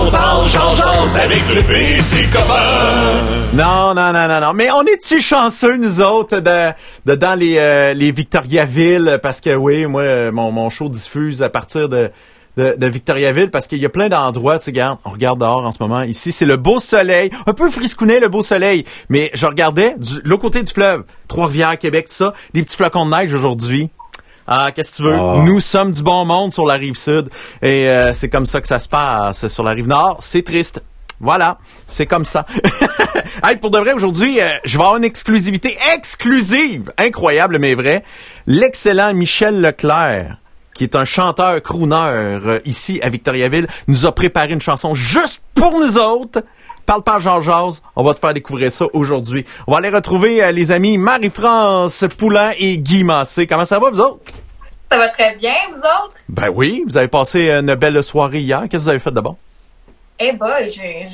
parle, j'en avec le PC copain. Non. Mais on est-tu chanceux, nous autres, dans les Victoriaville? Parce que oui, moi, mon show diffuse à partir de Victoriaville, parce qu'il y a plein d'endroits, tu sais, on regarde dehors en ce moment. Ici, c'est le beau soleil. Un peu friscounet, le beau soleil. Mais je regardais l'autre côté du fleuve. Trois-Rivières, Québec, tout ça. Des petits flocons de neige aujourd'hui. Ah, qu'est-ce que tu veux? Oh. Nous sommes du bon monde sur la rive sud. Et c'est comme ça que ça se passe sur la rive nord. C'est triste. Voilà, c'est comme ça. Hey, pour de vrai, aujourd'hui, je vais avoir une exclusivité exclusive, incroyable mais vrai. L'excellent Michel Leclerc, qui est un chanteur crooner ici à Victoriaville, nous a préparé une chanson juste pour nous autres. Parle pas Georges, on va te faire découvrir ça aujourd'hui. On va aller retrouver les amis Marie-France Poulain et Guy Massé. Comment ça va, vous autres? Ça va très bien, vous autres? Ben oui, vous avez passé une belle soirée hier. Qu'est-ce que vous avez fait de bon? Eh boy,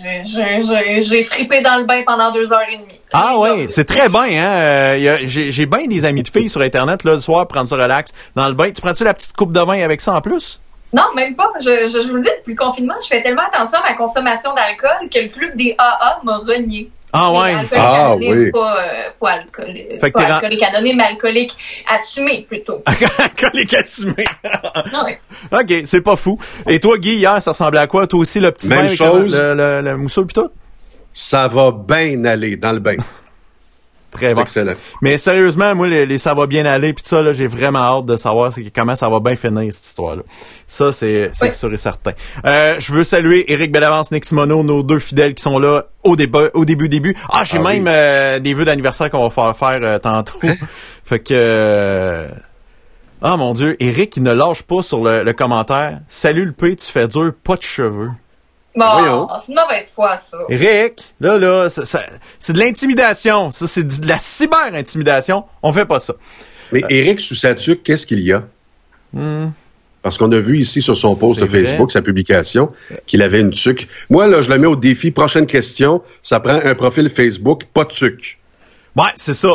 j'ai fripé dans le bain pendant 2h30. Ah oui, c'est très bien, hein? J'ai bien des amis de filles sur Internet, là, le soir, prendre ça relax dans le bain. Tu prends-tu la petite coupe de vin avec ça en plus? Non, même pas. Je vous le dis, depuis le confinement, je fais tellement attention à ma consommation d'alcool que le club des AA m'a renié. Ah ouais. Oui. Pas alcoolique anonyme, mais alcoolique assumé plutôt. Alcoolique assumé. Ouais. OK, c'est pas fou. Et toi, Guy, hier, ça ressemblait à quoi? Toi aussi, le petit bain avec le mousseau pis tout? Ça va bien aller dans le bain. Très bon. Excellent. Mais sérieusement, moi, les ça va bien aller pis tout ça, là, j'ai vraiment hâte de savoir comment ça va bien finir, cette histoire-là. Ça, c'est sûr et certain. Je veux saluer Éric Bellavance, Nick Simoneau, nos deux fidèles qui sont là au début. Ah, j'ai même des vœux d'anniversaire qu'on va faire tantôt. Hein? Fait que... Ah, mon Dieu, Éric, il ne lâche pas sur le commentaire. Salut le P, tu fais dur, pas de cheveux. Bon, c'est une mauvaise foi, ça. Éric, là, c'est de l'intimidation. Ça, c'est de la cyber-intimidation. On fait pas ça. Mais Éric, sous sa tuque, qu'est-ce qu'il y a? Parce qu'on a vu ici sur son post de Facebook, sa publication, qu'il avait une tuque. Moi, là, je le mets au défi. Prochaine question, ça prend un profil Facebook, pas de tuque. Ouais, c'est ça.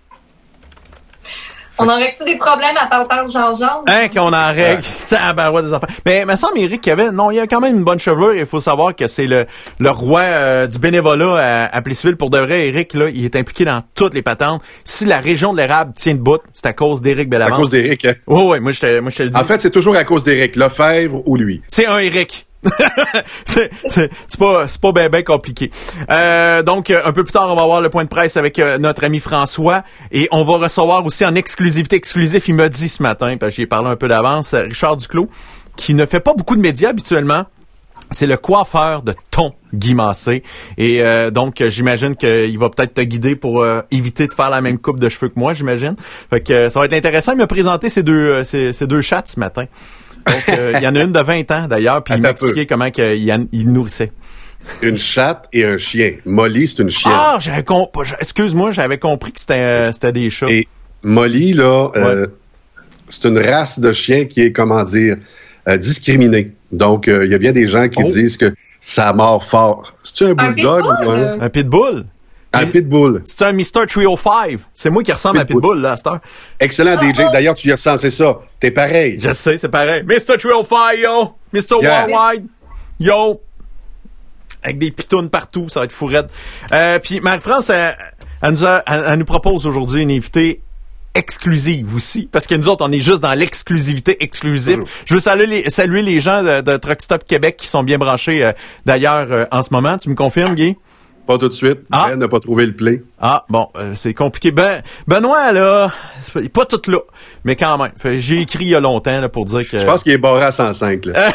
On aurait-tu des problèmes à parler Georges? Hein, qu'on en règle. Tabarouette des affaires. Mais il me semble, Éric, il y a quand même une bonne chevelure. Il faut savoir que c'est le roi du bénévolat à Plessisville. Pour de vrai, Éric, là, il est impliqué dans toutes les patentes. Si la région de l'érable tient debout, c'est à cause d'Éric Bellavance. À cause d'Éric, hein? Oui, moi, je te le dis. En fait, c'est toujours à cause d'Éric. Lefebvre ou lui. C'est un Éric. c'est pas ben compliqué. Donc un peu plus tard, on va avoir le point de presse avec notre ami François et on va recevoir aussi en exclusif, il m'a dit ce matin, parce que j'y ai parlé un peu d'avance, Richard Duclos, qui ne fait pas beaucoup de médias habituellement. C'est le coiffeur de ton Guy Massé. Et donc, j'imagine qu'il va peut-être te guider pour éviter de faire la même coupe de cheveux que moi, j'imagine. Fait que ça va être intéressant. Il m'a présenté ces deux chattes ce matin. Donc, il y en a une de 20 ans, d'ailleurs, puis il m'a expliqué comment il nourrissait. Une chatte et un chien. Molly, c'est une chienne. Ah, excuse-moi, j'avais compris que c'était des chats. Et Molly, là, c'est une race de chien qui est, comment dire, discriminée. Donc, il y a bien des gens qui disent que ça mord fort. C'est-tu un bulldog ou un pitbull? Un pitbull. C'est un Mr. 305. C'est moi qui ressemble à Pitbull, là, à cette heure. Excellent, DJ. D'ailleurs, tu y ressembles, c'est ça. T'es pareil. Je sais, c'est pareil. Mr. 305, yo! Mr. Worldwide, yo! Avec des pitounes partout, ça va être fourette. Puis Marie-France, elle nous propose aujourd'hui une invitée exclusive aussi, parce que nous autres, on est juste dans l'exclusivité exclusive. Je veux saluer les gens de Truck Stop Québec qui sont bien branchés, d'ailleurs, en ce moment. Tu me confirmes, Guy? Pas tout de suite. Ben n'a pas trouvé le play. Ah, bon, c'est compliqué. Benoît, là, c'est pas tout là, mais quand même. J'ai écrit il y a longtemps là, pour dire que... Je pense qu'il est barré à 105. Là.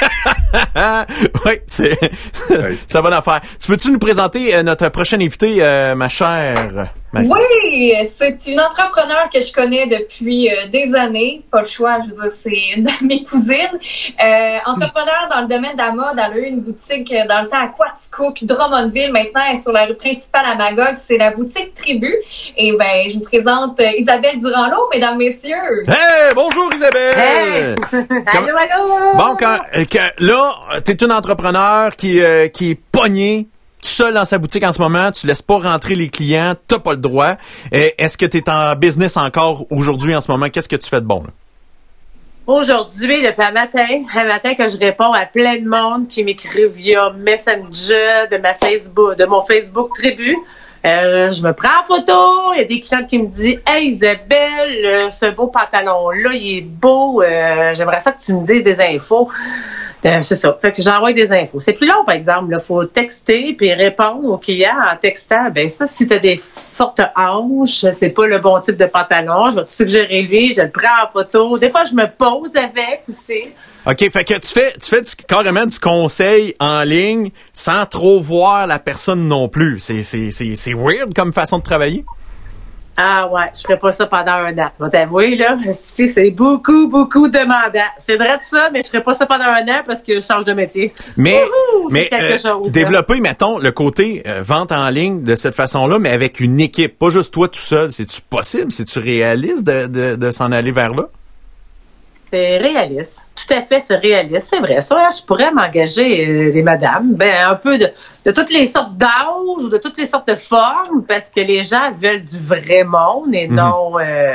Oui, c'est bonne affaire. Tu veux-tu nous présenter notre prochaine invitée, ma chère Marie? Oui, c'est une entrepreneure que je connais depuis des années. Pas le choix, je veux dire, c'est une de mes cousines. Entrepreneur dans le domaine de la mode. Elle a eu une boutique dans le temps à Quaticook, Drummondville. Maintenant, elle est sur la rue principale à Magog. C'est la boutique Tribu. Et je vous présente Isabelle Durand-Lot, mesdames, messieurs. Hey, bonjour Isabelle! Hey! Allô! Bon, là, t'es une entrepreneur qui est pognée tout seul dans sa boutique en ce moment, tu laisses pas rentrer les clients, t'as pas le droit. Est-ce que t'es en business encore aujourd'hui en ce moment? Qu'est-ce que tu fais de bon, là? aujourd'hui, depuis un matin que je réponds à plein de monde qui m'écrivent via Messenger de mon Facebook Tribu. Je me prends en photo, il y a des clients qui me disent « Hey Isabelle, ce beau pantalon-là, il est beau, j'aimerais ça que tu me dises des infos. » C'est ça. Fait que j'envoie des infos. C'est plus long, par exemple. Il faut texter puis répondre aux clients en textant. Ben ça, si tu as des fortes hanches, c'est pas le bon type de pantalon, je vais te suggérer lui, je le prends en photo. Des fois, je me pose avec aussi. OK, fait que tu fais carrément du conseil en ligne sans trop voir la personne non plus. C'est weird comme façon de travailler. Ah ouais, je ferais pas ça pendant un an. Je vais t'avouer, là, c'est beaucoup, beaucoup demandant. C'est vrai de ça, mais je ferais pas ça pendant un an parce que je change de métier. Mais développer, mettons, le côté vente en ligne de cette façon-là, mais avec une équipe, pas juste toi tout seul. C'est-tu possible? C'est-tu réaliste de s'en aller vers là? C'est réaliste. Tout à fait, c'est réaliste. C'est vrai. Ça, je pourrais m'engager des madames. Ben, un peu de toutes les sortes d'âges ou de toutes les sortes de formes parce que les gens veulent du vrai monde et non,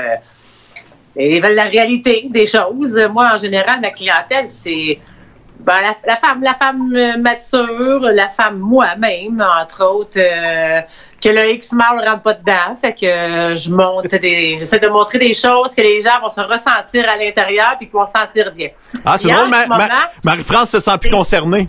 ils veulent la réalité des choses. Moi, en général, ma clientèle, c'est, la femme mature, la femme moi-même, entre autres, que le X-Mall rentre pas dedans. Fait que j'essaie de montrer des choses que les gens vont se ressentir à l'intérieur puis qu'ils vont se sentir bien. Ah, c'est drôle, Marie-France se sent plus concernée.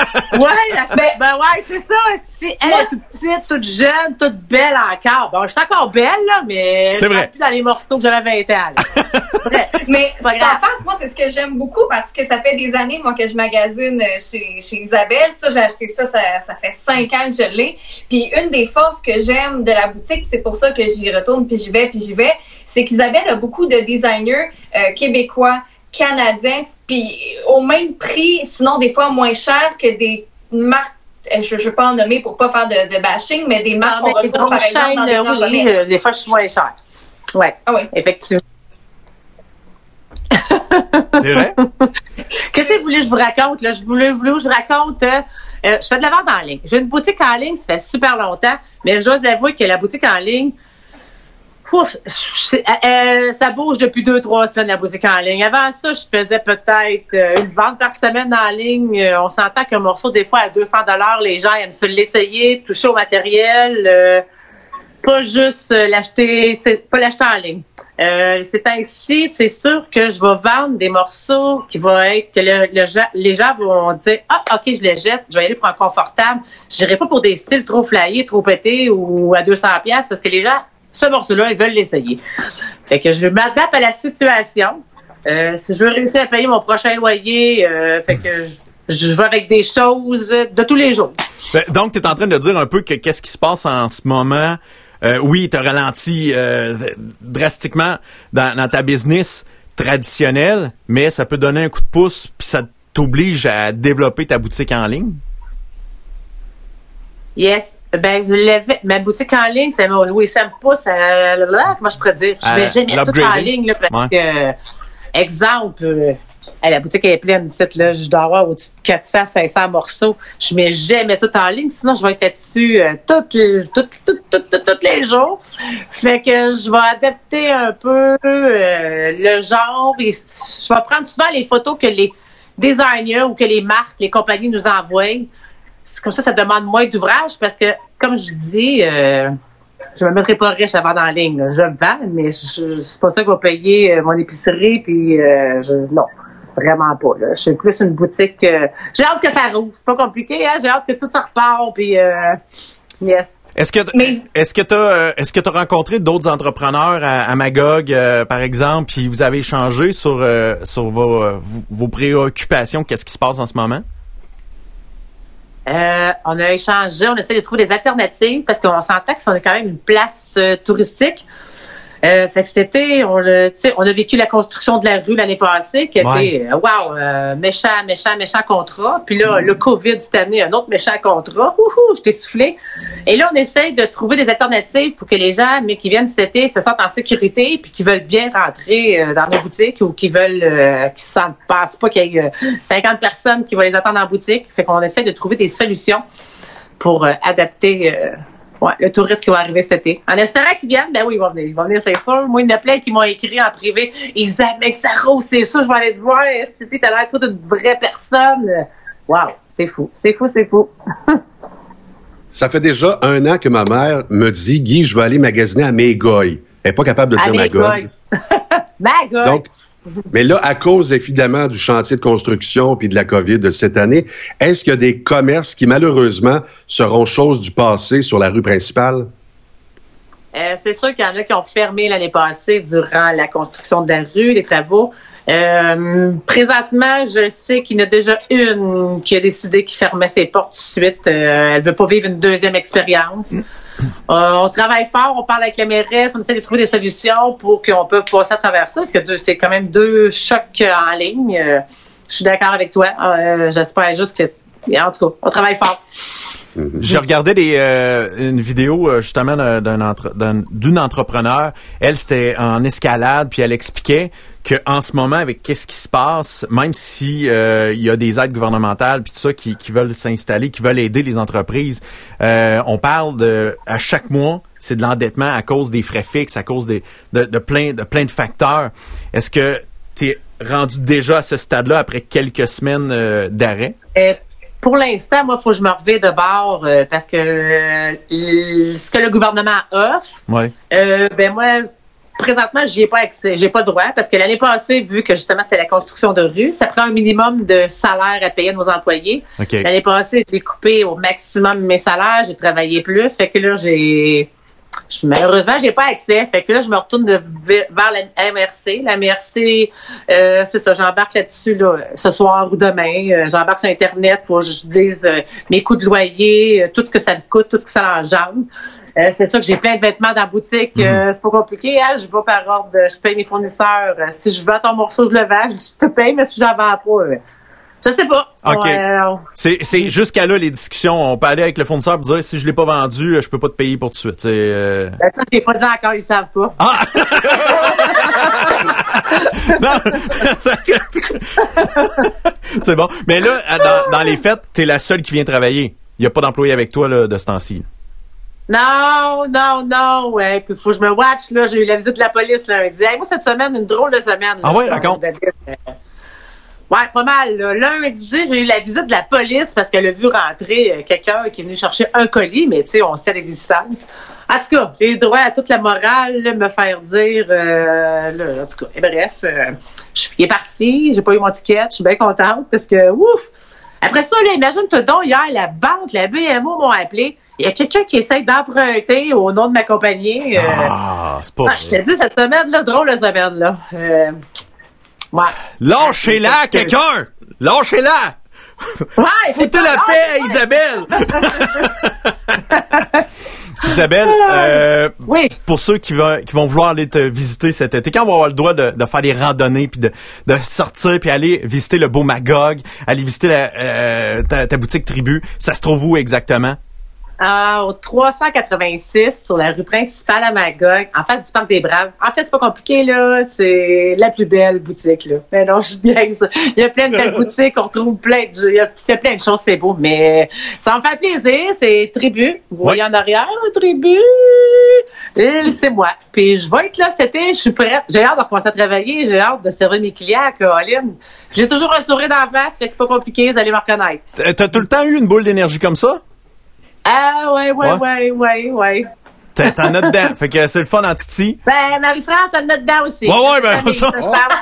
Ouais, c'est ça. Elle est toute petite, toute jeune, toute belle encore. Bon, je suis encore belle, là, mais je suis plus dans les morceaux que j'avais 20 ans, là. Mais ça passe, moi, c'est ce que j'aime beaucoup parce que ça fait des années, moi, que je magasine chez Isabelle. Ça, j'ai acheté ça fait 5 ans que je l'ai. Puis une des forces que j'aime de la boutique, c'est pour ça que j'y retourne, puis j'y vais, c'est qu'Isabelle a beaucoup de designers québécois, canadiens, puis au même prix, sinon des fois moins cher que des marques, je ne veux pas en nommer pour pas faire de bashing, mais des marques qu'on retrouve par exemple dans des grands commerces. Des fois, je suis moins cher. Ouais, effectivement. C'est vrai? Qu'est-ce que vous voulez que je vous raconte? Là? Je voulais que je raconte... je fais de la vente en ligne. J'ai une boutique en ligne, ça fait super longtemps, mais je dois avouer que la boutique en ligne, ça bouge depuis 2-3 semaines, la boutique en ligne. Avant ça, je faisais peut-être une vente par semaine en ligne. On s'entend qu'un morceau, des fois, à 200$, les gens aiment se l'essayer, toucher au matériel, pas juste l'acheter en ligne. C'est ainsi, c'est sûr que je vais vendre des morceaux qui vont être que les gens vont dire ok, je les jette, je vais y aller pour un confortable. J'irai pas pour des styles trop flyés, trop pétés ou à 200$ parce que les gens, ce morceau-là, ils veulent l'essayer. Fait que je m'adapte à la situation. Si je veux réussir à payer mon prochain loyer, fait que je vais avec des choses de tous les jours. Donc, tu es en train de dire un peu que qu'est-ce qui se passe en ce moment. Oui, tu as ralenti drastiquement dans ta business traditionnelle, mais ça peut donner un coup de pouce puis ça t'oblige à développer ta boutique en ligne. Yes. Ben, ma boutique en ligne, ça me pousse à, comment je pourrais dire? Je vais jamais tout en ligne, là, parce que, exemple, la boutique est pleine ici, là, je dois avoir au-dessus de 400-500 morceaux. Je mets jamais tout en ligne, sinon je vais être là-dessus tous les jours. Fait que je vais adapter un peu le genre et je vais prendre souvent les photos que les designers ou que les marques, les compagnies nous envoient. C'est comme ça demande moins d'ouvrage parce que, comme je dis, je me mettrai pas riche à vendre en ligne. Là. Je vends, mais c'est pas ça que va payer mon épicerie. Puis non, vraiment pas. Là. Je suis plus une boutique. J'ai hâte que ça rouvre. C'est pas compliqué. Hein? J'ai hâte que tout ça repart. Puis yes. Est-ce que t'as rencontré d'autres entrepreneurs à Magog, par exemple, puis vous avez échangé sur vos préoccupations? Qu'est-ce qui se passe en ce moment? On a échangé, on essaie de trouver des alternatives parce qu'on s'entend que c'est quand même une place touristique. Fait que cet été, on a vécu la construction de la rue l'année passée, qui était, méchant contrat. Puis là, le COVID cette année, un autre méchant contrat. Je t'ai soufflé. Et là, on essaye de trouver des alternatives pour que les gens, mais qui viennent cet été, se sentent en sécurité, puis qui veulent bien rentrer dans nos boutiques ou qui veulent, qui se pensent pas qu'il y ait 50 personnes qui vont les attendre en boutique. Fait qu'on essaie de trouver des solutions pour adapter Ouais, le touriste qui va arriver cet été. En espérant qu'ils viennent, ben oui, ils vont venir. Ils vont venir, c'est sûr. Moi, il y en a plein qui m'ont écrit en privé. Ils disent, mec, Sarah, c'est ça, je vais aller te voir. Si t'as l'air toute une vraie personne. Wow, c'est fou. C'est fou. Ça fait déjà 1 an que ma mère me dit, Guy, je vais aller magasiner à Mégoy. Elle n'est pas capable de dire Magog. Magog. Donc, mais là, à cause évidemment du chantier de construction puis de la COVID de cette année, est-ce qu'il y a des commerces qui malheureusement seront chose du passé sur la rue principale? C'est sûr qu'il y en a qui ont fermé l'année passée durant la construction de la rue, les travaux. Présentement, je sais qu'il y en a déjà une qui a décidé qu'il fermait ses portes tout de suite. Elle veut pas vivre une deuxième expérience. On travaille fort, on parle avec la mairesse, on essaie de trouver des solutions pour qu'on puisse passer à travers ça, parce que c'est quand même 2 chocs en ligne. Je suis d'accord avec toi. J'espère juste que, en tout cas, on travaille fort. J'ai regardé une vidéo justement d'une entrepreneur. Elle, c'était en escalade, puis elle expliquait qu'en ce moment, avec qu'est-ce qui se passe, même si il y a des aides gouvernementales puis tout ça qui veulent s'installer, qui veulent aider les entreprises, on parle à chaque mois, c'est de l'endettement à cause des frais fixes, à cause de plein de facteurs. Est-ce que tu es rendu déjà à ce stade-là après quelques semaines d'arrêt? Pour l'instant, moi, il faut que je me revienne de bord parce que ce que le gouvernement offre, ben moi, présentement, j'y ai pas accès, j'ai pas droit parce que l'année passée, vu que justement c'était la construction de rue, ça prend un minimum de salaire à payer à nos employés. Okay. L'année passée, j'ai coupé au maximum mes salaires, j'ai travaillé plus, fait que là, malheureusement, j'ai pas accès. Fait que là, je me retourne vers la MRC. La MRC, c'est ça, j'embarque là-dessus là, ce soir ou demain. J'embarque sur Internet pour que je dise mes coûts de loyer, tout ce que ça me coûte, tout ce que ça engendre. C'est sûr que j'ai plein de vêtements dans la boutique. C'est pas compliqué. Hein? Je vais par ordre, je paye mes fournisseurs. Si je vends ton morceau, je le vends. Je te paye, mais si j'en vends pas... je sais pas. OK. C'est jusqu'à là les discussions. On peut aller avec le fournisseur et dire si je l'ai pas vendu, je peux pas te payer pour tout de suite. Ben ça, je l'ai pas dit encore, ils savent pas. Ah! Non! C'est bon. Mais là, dans les fêtes, t'es la seule qui vient travailler. Il y a pas d'employé avec toi là, de ce temps-ci. Non. Ouais, puis faut que je me watch, là. J'ai eu la visite de la police lundi. Hey, moi, cette semaine, une drôle de semaine. Ah ouais, raconte. Ouais, pas mal. Là. Lundi, j'ai eu la visite de la police parce qu'elle a vu rentrer quelqu'un qui est venu chercher un colis, mais tu sais, on sait avec des distances. En tout cas, j'ai eu droit à toute la morale, là, me faire dire, en tout cas, et bref, il est parti, j'ai pas eu mon ticket, je suis bien contente parce que, ouf! Après ça, là, imagine-toi donc, hier, la banque, la BMO m'ont appelé. Il y a quelqu'un qui essaie d'emprunter au nom de ma compagnie. C'est pas... je te dis, cette semaine, là, drôle de semaine, là. Ouais. Lâchez-la, quelqu'un! Lâchez-la! Ouais, foutez la paix à Isabelle! Isabelle, oui. Pour ceux qui vont vouloir aller te visiter cet été, quand on va avoir le droit de faire des randonnées puis de sortir puis aller visiter le beau Magog, aller visiter ta boutique Tribu, ça se trouve où exactement? Au 386 sur la rue principale à Magog, en face du Parc des Braves. En fait, c'est pas compliqué, là. C'est la plus belle boutique, là. Mais non, je bien ça. Il y a plein de belles boutiques, on trouve plein de... Il y a plein de choses, c'est beau. Mais ça me fait plaisir, c'est Tribu. Vous voyez en arrière, Tribu. C'est moi. Puis je vais être là cet été, je suis prête. J'ai hâte de recommencer à travailler, j'ai hâte de servir mes clients, Caroline. J'ai toujours un sourire d'en face, fait que c'est pas compliqué, vous allez me reconnaître. T'as tout le temps eu une boule d'énergie comme ça? Ah, ouais. T'en as dedans. Fait que c'est le fun en Titi. Ben, Marie-France, elle en a dedans aussi. Ouais, ben, ça.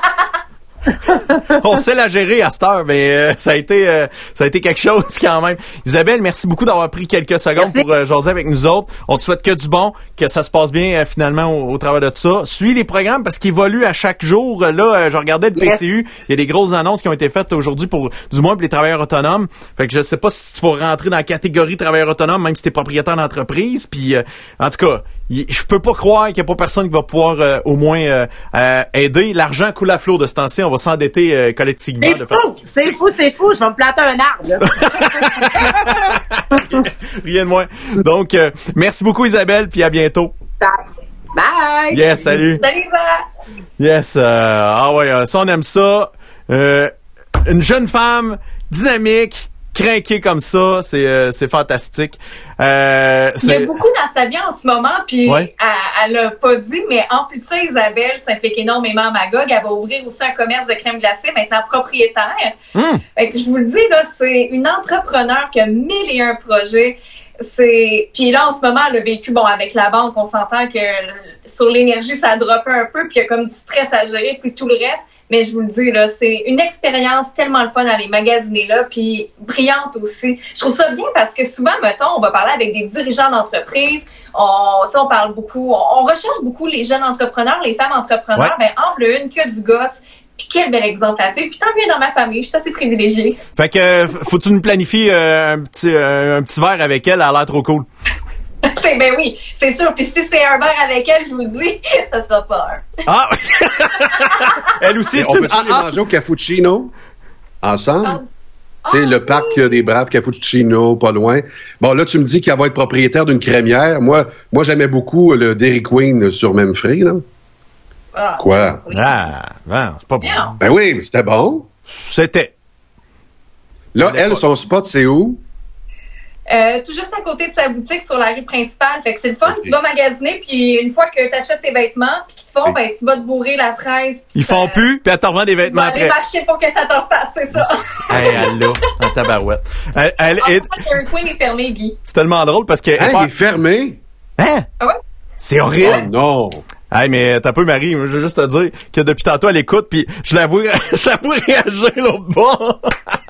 On sait la gérer à cette heure, mais ça a été quelque chose quand même. Isabelle, merci beaucoup d'avoir pris quelques secondes pour jaser avec nous autres. On te souhaite que du bon, que ça se passe bien finalement au travers de tout ça. Suis les programmes parce qu'ils évoluent à chaque jour. Là, je regardais le PCU, il y a des grosses annonces qui ont été faites aujourd'hui pour les travailleurs autonomes. Fait que je sais pas si tu vas rentrer dans la catégorie travailleurs autonomes, même si t'es propriétaire d'entreprise. Puis en tout cas, je peux pas croire qu'il y a pas personne qui va pouvoir au moins aider. L'argent coule à flot de ce temps-ci. On va s'endetter collectivement. C'est fou. Je vais me planter un arbre, là. Rien de moins. Donc, merci beaucoup, Isabelle, puis à bientôt. Bye! Yes, salut! Salut, Isabelle! Yes, ça, on aime ça. Une jeune femme dynamique craquer comme ça, c'est fantastique. Il y a beaucoup dans sa vie en ce moment, puis elle l'a pas dit, mais en plus de ça, Isabelle s'implique énormément à Magog. Elle va ouvrir aussi un commerce de crème glacée, maintenant propriétaire. Fait que je vous le dis, là, c'est une entrepreneur qui a 1001 projets. Puis là, en ce moment, elle a vécu, avec la banque, on s'entend que sur l'énergie, ça a droppé un peu, puis il y a comme du stress à gérer, puis tout le reste. Mais je vous le dis, là, c'est une expérience tellement le fun d'aller magasiner là, puis brillante aussi. Je trouve ça bien parce que souvent, mettons, on va parler avec des dirigeants d'entreprise, on parle beaucoup, on recherche beaucoup les jeunes entrepreneurs, les femmes entrepreneurs, mais entre une que du guts. Puis quel bel exemple à suivre. Puis tant mieux dans ma famille, je suis assez privilégiée. Fait que faut-tu nous planifier un petit verre avec elle, elle a l'air trop cool. Ben oui, c'est sûr. Puis si c'est un verre avec elle, je vous dis, ça sera pas un. Ah! Elle aussi, on peut-tu les manger au cappuccino ensemble? Tu sais, le parc des Braves Cappuccino, pas loin. Bon, là, tu me dis qu'elle va être propriétaire d'une crémière. Moi, j'aimais beaucoup le Dairy Queen sur Memphis, là. Quoi? Oui. C'est pas bon. Ben oui, mais c'était bon. C'était. Là, son spot, c'est où? Tout juste à côté de sa boutique sur la rue principale. Fait que c'est le fun. Okay. Tu vas magasiner, puis une fois que tu achètes tes vêtements, puis qu'ils te font, tu vas te bourrer la fraise. Ils font plus, puis elle te revend des vêtements après. Tu vas aller marcher pour que ça t'en fasse, c'est ça. Elle là, en tabarouette. Dairy Queen est fermé, Guy. C'est tellement drôle parce que... il est fermé? Hein? Ah ouais? C'est horrible. Oh non! Hey, mais t'as peu, Marie, je veux juste te dire que depuis tantôt, elle écoute, puis je la vois réagir l'autre bord.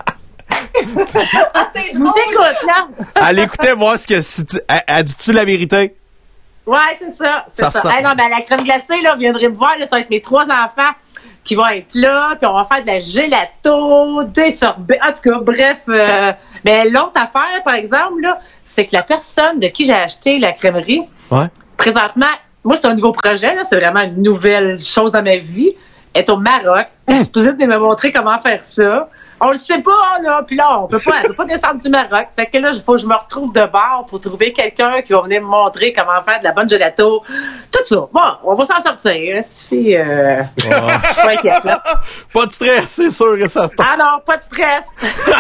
C'est drôle. Je t'écoute, là. Elle écoutait voir ce que... Elle dit-tu la vérité? Ouais, c'est ça. Ça. Hey, non, la crème glacée, là, viendrez me voir, là, ça va être mes 3 enfants qui vont être là, puis on va faire de la gelato, des sorbets, en tout cas, bref. Mais l'autre affaire, par exemple, là, c'est que la personne de qui j'ai acheté la crèmerie, présentement, moi, c'est un nouveau projet, là, c'est vraiment une nouvelle chose dans ma vie, est au Maroc. Elle est supposée de me montrer comment faire ça. On le sait pas, là. Puis là, elle peut pas descendre du Maroc. Fait que là, il faut que je me retrouve de bord pour trouver quelqu'un qui va venir me montrer comment faire de la bonne gelato. Tout ça. Bon, on va s'en sortir. Puis, pas inquiète, là. Pas de stress, c'est sûr et certain. Ah non, pas de stress.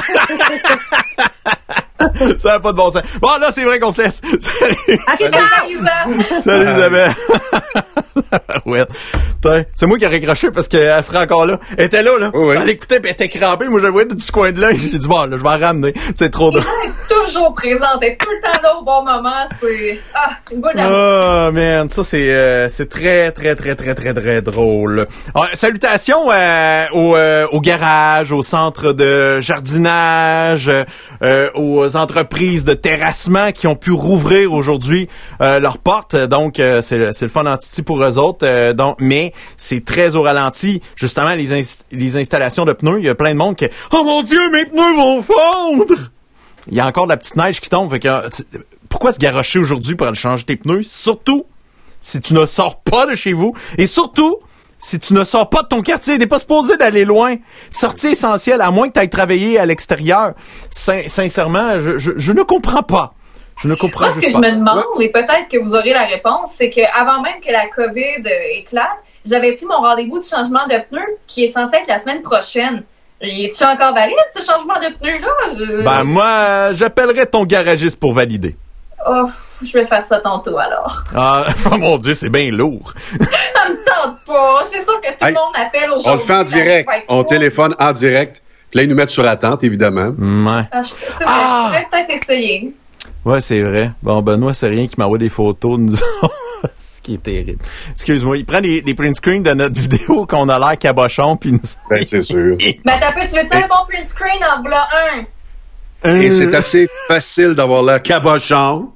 Ça n'a pas de bon sens. Bon, là, c'est vrai qu'on se laisse. Salut. Okay, ciao, Salut, Isabelle. Ouais. C'est moi qui ai raccroché parce qu'elle serait encore là. Elle était là. Oui. Elle écoutait et elle était crampée. Moi, je la voyais du coin de l'œil. J'ai dit, bon, là, je vais en ramener. C'est trop drôle. Elle est toujours présente. Elle est tout le temps là au bon moment. C'est, une boule d'amour. Oh, man. Ça, c'est très, très, très, très, très, très drôle. Alors, salutations, au garage, au centre de jardinage, aux entreprises de terrassement qui ont pu rouvrir aujourd'hui leurs portes. Donc, c'est le fun en titi pour eux autres. Mais c'est très au ralenti. Justement, les installations de pneus, il y a plein de monde qui « Oh mon Dieu, mes pneus vont fondre! » Il y a encore de la petite neige qui tombe. Fait que, pourquoi se garrocher aujourd'hui pour aller changer tes pneus? Surtout si tu ne sors pas de chez vous. Et surtout, si tu ne sors pas de ton quartier, t'es pas supposé d'aller loin. Sortie essentielle, à moins que tu ailles travailler à l'extérieur. Sincèrement, je ne comprends pas. Je ne comprends pas. Moi, ce que je me demande, et peut-être que vous aurez la réponse, c'est qu'avant même que la COVID éclate, j'avais pris mon rendez-vous de changement de pneus qui est censé être la semaine prochaine. Es-tu encore valide, ce changement de pneus-là? Ben, moi, j'appellerais ton garagiste pour valider. Oh, je vais faire ça tantôt, alors. Ah, oh mon Dieu, c'est bien lourd. Ça me tente pas. C'est sûr que tout le monde appelle aujourd'hui. On le fait en direct. On téléphone en direct. Puis là, ils nous mettent sur attente, évidemment. Ouais. C'est vrai. Je vais peut-être essayer. Ouais, c'est vrai. Bon, Benoît, c'est rien qui m'envoie des photos de nous ce qui est terrible. Excuse-moi, il prend des print screens de notre vidéo qu'on a l'air cabochon, puis nous... Ben, c'est sûr. Ben, tu veux-tu un bon print screen en v'là un? Et c'est assez facile d'avoir l'air cabochon.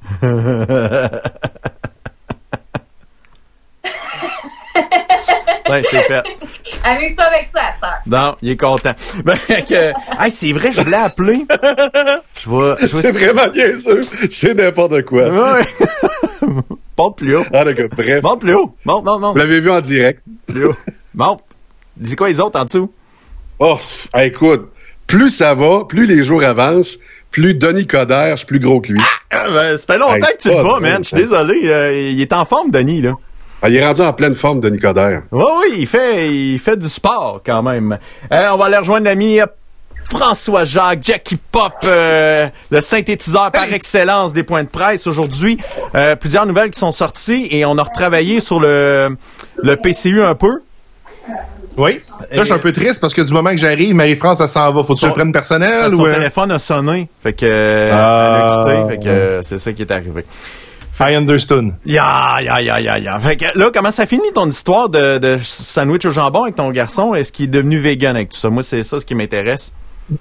Ouais, c'est fait. Amuse-toi avec ça, sœur. Non, il est content. Ben, hey, c'est vrai, je voulais appeler. C'est vraiment bien sûr. C'est n'importe quoi. Ouais. Monte plus haut. Ah, d'accord. Bref. Monte plus haut. Monte. Vous l'avez vu en direct. Plus haut. Monte. C'est quoi les autres en dessous? Oh, écoute, plus ça va, plus les jours avancent, plus Denis Coderre, je suis plus gros que lui. Ben, ça fait longtemps que tu le bats, man. Je suis désolé. Il est en forme, Denis, là. Ah, il est rendu en pleine forme, Denis Coderre. Oui, il fait du sport quand même. On va aller rejoindre l'ami François Jacques, Jackie Pop, le synthétiseur par excellence des points de presse. Aujourd'hui, plusieurs nouvelles qui sont sorties et on a retravaillé sur le PCU un peu. Oui. Là, je suis un peu triste parce que du moment que j'arrive, Marie-France, elle s'en va. Faut que tu le prennes personnel ou... Son téléphone a sonné. Fait que, elle a quitté. Fait que, c'est ça qui est arrivé. I understood. Ya. Fait que là, comment ça finit ton histoire de sandwich au jambon avec ton garçon? Est-ce qu'il est devenu vegan avec tout ça? Moi, c'est ça ce qui m'intéresse.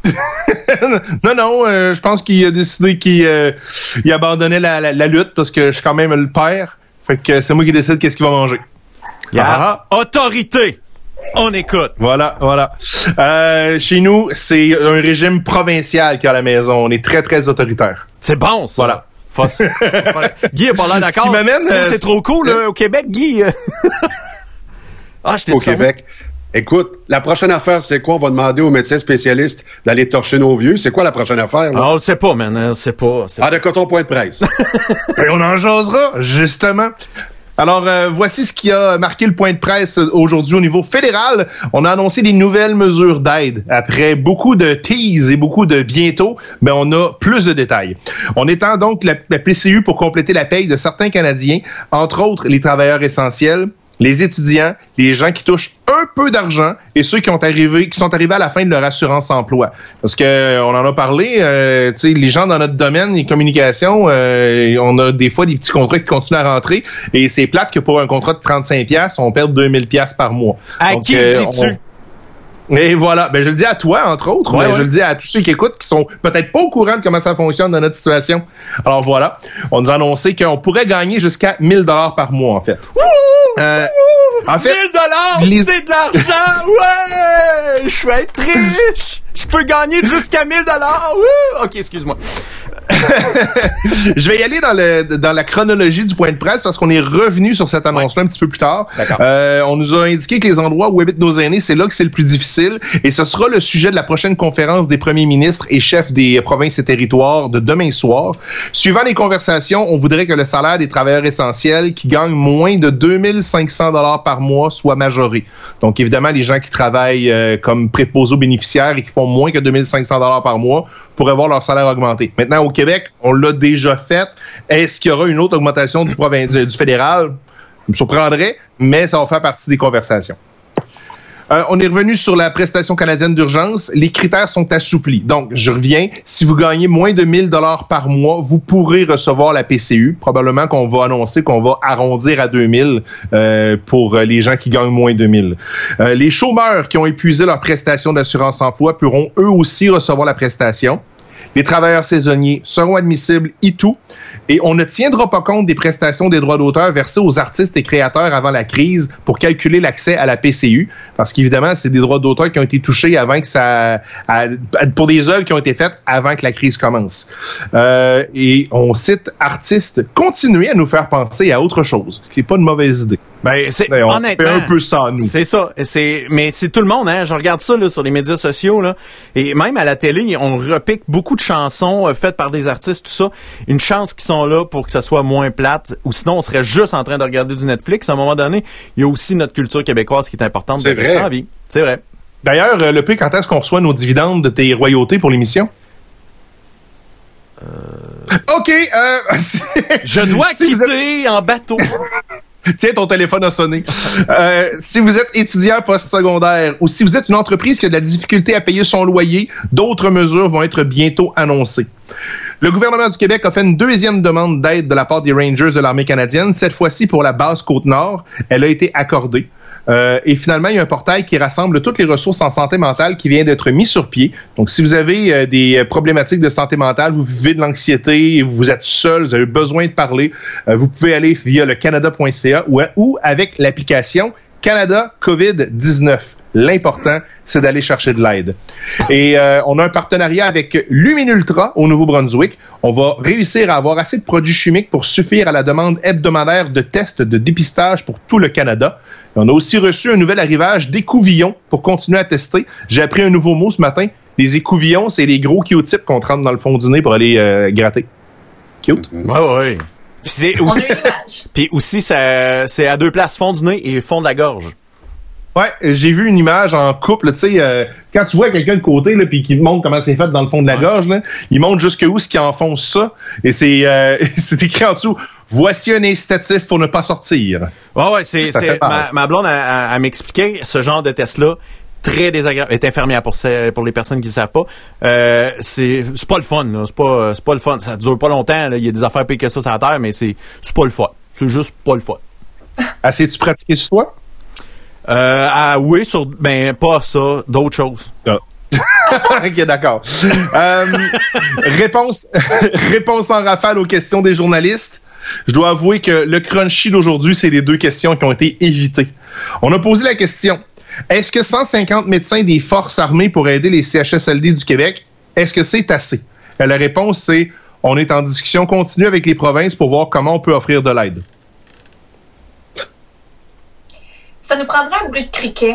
Non, je pense qu'il a décidé qu'il abandonnait la lutte parce que je suis quand même le père. Fait que c'est moi qui décide qu'est-ce qu'il va manger. Autorité! On écoute. Voilà. Chez nous, c'est un régime provincial qu'il y a à la maison. On est très, très autoritaire. C'est bon, ça. Voilà. Guy a pas l'air d'accord. C'est trop cool, là, au Québec, Guy. Je t'ai dit au Québec. Écoute, la prochaine affaire, c'est quoi? On va demander aux médecins spécialistes d'aller torcher nos vieux. C'est quoi la prochaine affaire? On le sait pas, man. On le sait pas. De coton point de presse. On en jasera, justement. Alors, voici ce qui a marqué le point de presse aujourd'hui au niveau fédéral. On a annoncé des nouvelles mesures d'aide. Après beaucoup de tease et beaucoup de bientôt, on a plus de détails. On étend donc la PCU pour compléter la paye de certains Canadiens, entre autres les travailleurs essentiels, les étudiants, les gens qui touchent un peu d'argent et ceux qui sont arrivés à la fin de leur assurance emploi. Parce que on en a parlé, les gens dans notre domaine, les communications, on a des fois des petits contrats qui continuent à rentrer et c'est plate que pour un contrat de 35$, on perd 2000$ par mois. À qui dis-tu? Et voilà, je le dis à toi, entre autres, je le dis à tous ceux qui écoutent, qui sont peut-être pas au courant de comment ça fonctionne dans notre situation. Alors voilà, on nous a annoncé qu'on pourrait gagner jusqu'à 1000$ par mois, en fait. En fait, 1000$, c'est de l'argent! Ouais! Je vais être riche! Je peux gagner jusqu'à 1000$! OK, excuse-moi. Je vais y aller dans la chronologie du point de presse parce qu'on est revenu sur cette annonce-là un petit peu plus tard. On nous a indiqué que les endroits où habitent nos aînés, c'est là que c'est le plus difficile et ce sera le sujet de la prochaine conférence des premiers ministres et chefs des provinces et territoires de demain soir. Suivant les conversations, on voudrait que le salaire des travailleurs essentiels qui gagnent moins de 2500$ par mois soit majoré. Donc évidemment, les gens qui travaillent comme préposés aux bénéficiaires et qui font moins que 2500$ par mois pourraient voir leur salaire augmenter. Maintenant, au Québec, on l'a déjà fait. Est-ce qu'il y aura une autre augmentation du fédéral? Ça me surprendrait, mais ça va faire partie des conversations. On est revenu sur la prestation canadienne d'urgence. Les critères sont assouplis. Donc, je reviens. Si vous gagnez moins de 1000$ par mois, vous pourrez recevoir la PCU. Probablement qu'on va annoncer qu'on va arrondir à 2000 pour les gens qui gagnent moins de 1000. Les chômeurs qui ont épuisé leur prestation d'assurance emploi pourront eux aussi recevoir la prestation. Les travailleurs saisonniers seront admissibles et tout. Et on ne tiendra pas compte des prestations des droits d'auteur versés aux artistes et créateurs avant la crise pour calculer l'accès à la PCU. Parce qu'évidemment, c'est des droits d'auteur qui ont été touchés avant que pour des œuvres qui ont été faites avant que la crise commence. Et on cite artistes, continuez à nous faire penser à autre chose. Ce qui n'est pas une mauvaise idée. Honnêtement, fait un peu ça, nous. C'est ça. Mais c'est tout le monde, hein. Je regarde ça, là, sur les médias sociaux, là. Et même à la télé, on repique beaucoup de chansons faites par des artistes, tout ça. Une chance qu'ils sont là pour que ça soit moins plate. Ou sinon, on serait juste en train de regarder du Netflix. À un moment donné, il y a aussi notre culture québécoise qui est importante. C'est vrai. En vie. C'est vrai. D'ailleurs, le prix, quand est-ce qu'on reçoit nos dividendes de tes royautés pour l'émission? OK. Je dois quitter en bateau. Tiens, ton téléphone a sonné. Si vous êtes étudiant postsecondaire ou si vous êtes une entreprise qui a de la difficulté à payer son loyer, d'autres mesures vont être bientôt annoncées. Le gouvernement du Québec a fait une deuxième demande d'aide de la part des Rangers de l'armée canadienne, cette fois-ci pour la base Côte-Nord. Elle a été accordée. Et finalement, il y a un portail qui rassemble toutes les ressources en santé mentale qui vient d'être mis sur pied. Donc, si vous avez des problématiques de santé mentale, vous vivez de l'anxiété, vous êtes seul, vous avez besoin de parler, vous pouvez aller via le canada.ca ou avec l'application Canada COVID-19. L'important, c'est d'aller chercher de l'aide. Et on a un partenariat avec Luminultra au Nouveau-Brunswick. On va réussir à avoir assez de produits chimiques pour suffire à la demande hebdomadaire de tests de dépistage pour tout le Canada. Et on a aussi reçu un nouvel arrivage d'écouvillons pour continuer à tester. J'ai appris un nouveau mot ce matin. Les écouvillons, c'est les gros Q-tips qu'on trempe dans le fond du nez pour aller gratter. Cute? Ouais. Puis aussi, c'est à deux places, fond du nez et fond de la gorge. Ouais, j'ai vu une image en couple, tu sais, quand tu vois quelqu'un de côté, là, puis qui montre comment c'est fait dans le fond de la gorge, là, il montre jusqu'où ce qui enfonce ça, et c'est écrit en dessous, voici un incitatif pour ne pas sortir. Ouais, ma blonde, elle m'expliquait ce genre de test-là, très désagréable, est infirmière pour les personnes qui ne savent pas. C'est pas le fun, là. C'est pas le fun. Ça dure pas longtemps, là. Il y a des affaires pires que ça sur la terre, mais c'est pas le fun. C'est juste pas le fun. As-tu pratiqué sur toi? Oui, pas ça, d'autres choses. Ah. Ok, d'accord. Réponse en rafale aux questions des journalistes. Je dois avouer que le crunchy d'aujourd'hui, c'est les 2 questions qui ont été évitées. On a posé la question, est-ce que 150 médecins des forces armées pour aider les CHSLD du Québec, est-ce que c'est assez? Et la réponse, c'est, on est en discussion continue avec les provinces pour voir comment on peut offrir de l'aide. Ça nous prendrait un bruit de criquet.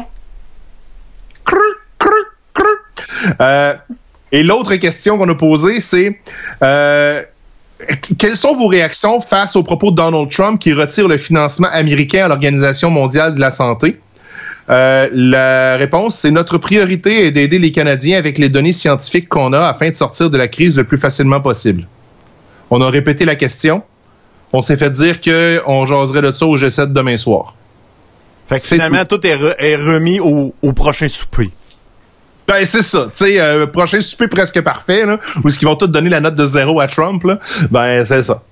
Et l'autre question qu'on a posée, c'est quelles sont vos réactions face aux propos de Donald Trump qui retire le financement américain à l'Organisation mondiale de la santé? La réponse, c'est notre priorité est d'aider les Canadiens avec les données scientifiques qu'on a afin de sortir de la crise le plus facilement possible. On a répété la question. On s'est fait dire qu'on jaserait de ça au G7 demain soir. Fait que finalement, tout est remis au prochain souper. Ben, c'est ça. Tu sais, prochain souper presque parfait, là, où est-ce qu'ils vont tous donner la note de 0 à Trump, là. Ben, c'est ça.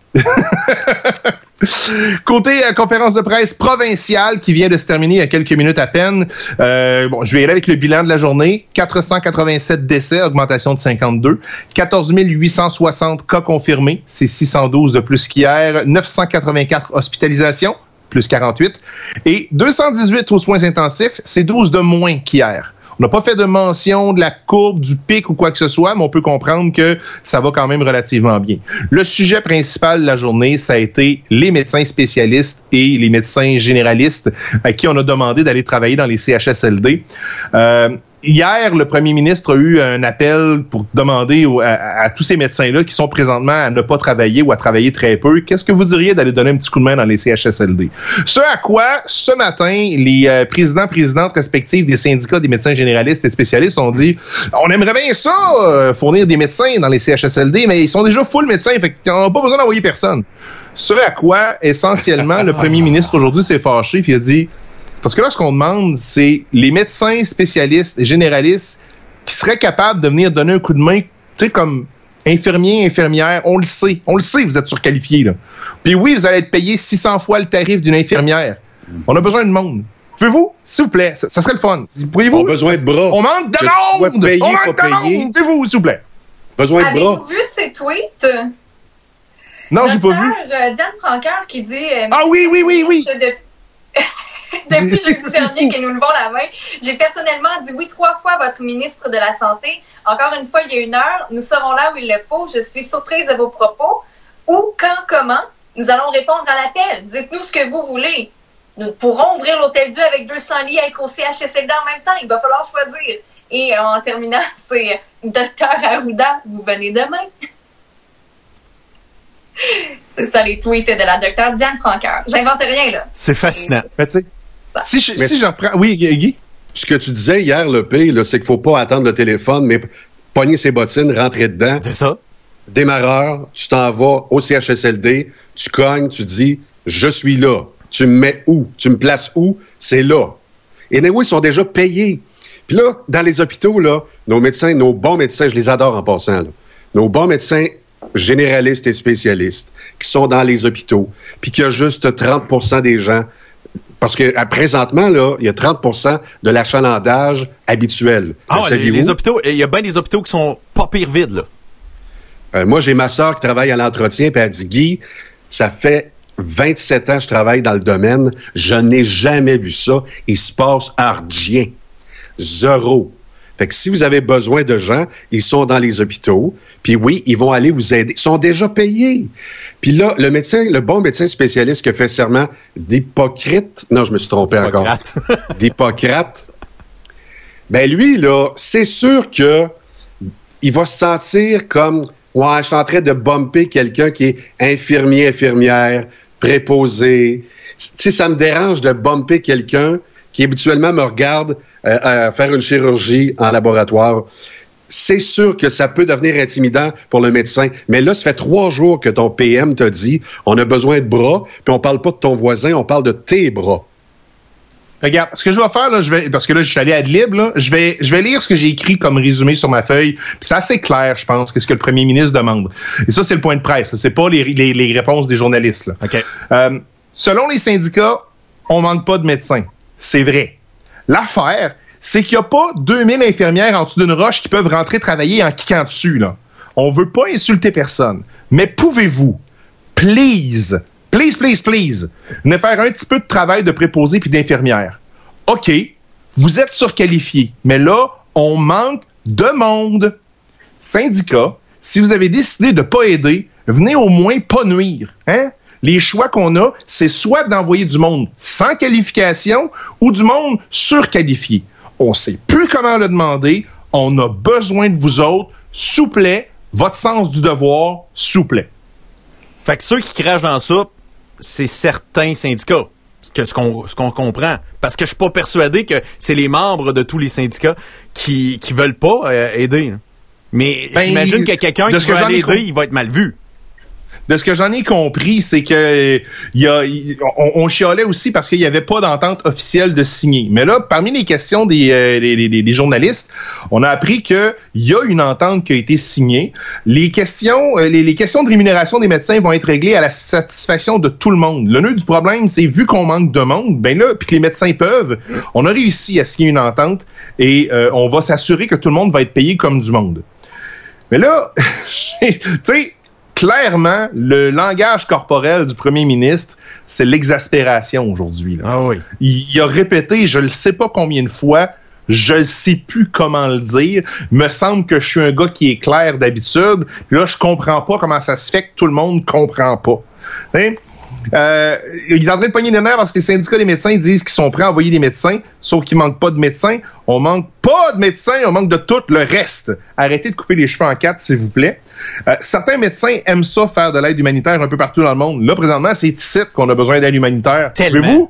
Côté conférence de presse provinciale qui vient de se terminer il y a quelques minutes à peine, je vais y aller avec le bilan de la journée. 487 décès, augmentation de 52. 14 860 cas confirmés, c'est 612 de plus qu'hier. 984 hospitalisations, plus 48. Et 218 aux soins intensifs, c'est 12 de moins qu'hier. On n'a pas fait de mention de la courbe, du pic ou quoi que ce soit, mais on peut comprendre que ça va quand même relativement bien. Le sujet principal de la journée, ça a été les médecins spécialistes et les médecins généralistes à qui on a demandé d'aller travailler dans les CHSLD. Hier, le premier ministre a eu un appel pour demander à tous ces médecins-là qui sont présentement à ne pas travailler ou à travailler très peu, qu'est-ce que vous diriez d'aller donner un petit coup de main dans les CHSLD? Ce à quoi, ce matin, les présidentes respectives des syndicats des médecins généralistes et spécialistes ont dit « On aimerait bien ça, fournir des médecins dans les CHSLD, mais ils sont déjà full médecins, fait qu'on n'a pas besoin d'envoyer personne. » Ce à quoi, essentiellement, le premier ministre aujourd'hui s'est fâché puis a dit « Parce que là, ce qu'on demande, c'est les médecins spécialistes et généralistes qui seraient capables de venir donner un coup de main, tu sais, comme infirmiers, infirmières. On le sait, vous êtes surqualifiés, là. Puis oui, vous allez être payé 600 fois le tarif d'une infirmière. On a besoin de monde. Pouvez-vous, s'il vous plaît, ça serait le fun. Pourriez-vous? On a besoin de bras. On manque de monde! Payé, on manque de monde! Pouvez-vous, s'il vous plaît? Besoin de bras. Avez-vous vu ces tweets? Non, j'ai pas vu. Diane Francoeur qui dit... Ah oui! Depuis jeudi dernier que nous levons la main, j'ai personnellement dit oui 3 fois à votre ministre de la Santé. Encore une fois, il y a 1 heure. Nous serons là où il le faut. Je suis surprise de vos propos. Où, quand, comment? Nous allons répondre à l'appel. Dites-nous ce que vous voulez. Nous pourrons ouvrir l'Hôtel Dieu avec 200 lits à être au CHSLD en même temps. Il va falloir choisir. Et en terminant, c'est Dr Arruda, vous venez demain. C'est ça, les tweets de la docteure Diane Francoeur. J'invente rien, là. C'est fascinant. Mais tu sais, si j'en prends... Oui, Guy? Ce que tu disais hier, le pire, c'est qu'il faut pas attendre le téléphone, mais pogner ses bottines, rentrer dedans. C'est ça. Démarreur, tu t'en vas au CHSLD, tu cognes, tu dis « Je suis là ». Tu me mets où? Tu me places où? C'est là. Et oui, ils sont déjà payés. Puis là, dans les hôpitaux, là, nos médecins, nos bons médecins, je les adore en passant, là. Nos bons médecins généralistes et spécialistes qui sont dans les hôpitaux, puis qu'il y a juste 30% des gens, parce que présentement, là, il y a 30% de l'achalandage habituel. Ah ouais, les hôpitaux, il y a bien des hôpitaux qui sont pas pire vides, là. Moi, j'ai ma sœur qui travaille à l'entretien, puis elle dit « Guy, ça fait 27 ans que je travaille dans le domaine, je n'ai jamais vu ça. Il se passe rien. Zéro. » Fait que si vous avez besoin de gens, ils sont dans les hôpitaux, puis oui, ils vont aller vous aider. Ils sont déjà payés. Puis là, le bon médecin spécialiste qui fait serment d'Hippocrate, non, je me suis trompé encore, d'Hippocrate, ben lui, là, c'est sûr que il va se sentir comme, ouais, je suis en train de bumper quelqu'un qui est infirmier, infirmière, préposé. Tu sais, ça me dérange de bumper quelqu'un qui habituellement me regarde faire une chirurgie en laboratoire. C'est sûr que ça peut devenir intimidant pour le médecin. Mais là, ça fait 3 jours que ton PM t'a dit on a besoin de bras, puis on parle pas de ton voisin, on parle de tes bras. Regarde, ce que je vais faire, là, parce que là, je suis allé ad lib, là, je vais lire ce que j'ai écrit comme résumé sur ma feuille. Puis c'est assez clair, je pense, qu'est-ce que le premier ministre demande. Et ça, c'est le point de presse. Là. C'est pas les réponses des journalistes. Là. Okay. Selon les syndicats, on manque pas de médecins. C'est vrai. L'affaire, c'est qu'il n'y a pas 2000 infirmières en dessous d'une roche qui peuvent rentrer travailler en cliquant dessus. Là. On veut pas insulter personne. Mais pouvez-vous, please, venez faire un petit peu de travail de préposé puis d'infirmière. OK, vous êtes surqualifié, mais là, on manque de monde. Syndicat, si vous avez décidé de pas aider, venez au moins pas nuire. Hein? Les choix qu'on a, c'est soit d'envoyer du monde sans qualification ou du monde surqualifié. On sait plus comment le demander. On a besoin de vous autres. S'il vous plaît, votre sens du devoir, s'il vous plaît. Fait que ceux qui crachent dans la soupe, c'est certains syndicats, ce qu'on comprend. Parce que je suis pas persuadé que c'est les membres de tous les syndicats qui veulent pas aider. Mais j'imagine que quelqu'un qui veut aller aider, il va être mal vu. De ce que j'en ai compris, c'est que on chialait aussi parce qu'il n'y avait pas d'entente officielle de signer. Mais là, parmi les questions des journalistes, on a appris qu'il y a une entente qui a été signée. Les questions de rémunération des médecins vont être réglées à la satisfaction de tout le monde. Le nœud du problème, c'est vu qu'on manque de monde, ben là, puis que les médecins peuvent, on a réussi à signer une entente et on va s'assurer que tout le monde va être payé comme du monde. Mais là, tu sais, clairement, le langage corporel du premier ministre, c'est l'exaspération aujourd'hui. Là. Ah oui. Il a répété, je ne sais pas combien de fois, je ne sais plus comment le dire. Me semble que je suis un gars qui est clair d'habitude. Puis là, je comprends pas comment ça se fait que tout le monde comprend pas. Hein? Il est en train de pogner les nerfs parce que les syndicats des médecins disent qu'ils sont prêts à envoyer des médecins, sauf qu'il manque pas de médecins. On manque pas de médecins, on manque de tout le reste. Arrêtez de couper les cheveux en 4, s'il vous plaît. Certains médecins aiment ça, faire de l'aide humanitaire un peu partout dans le monde. Là, présentement, c'est ici qu'on a besoin d'aide humanitaire. Tellement.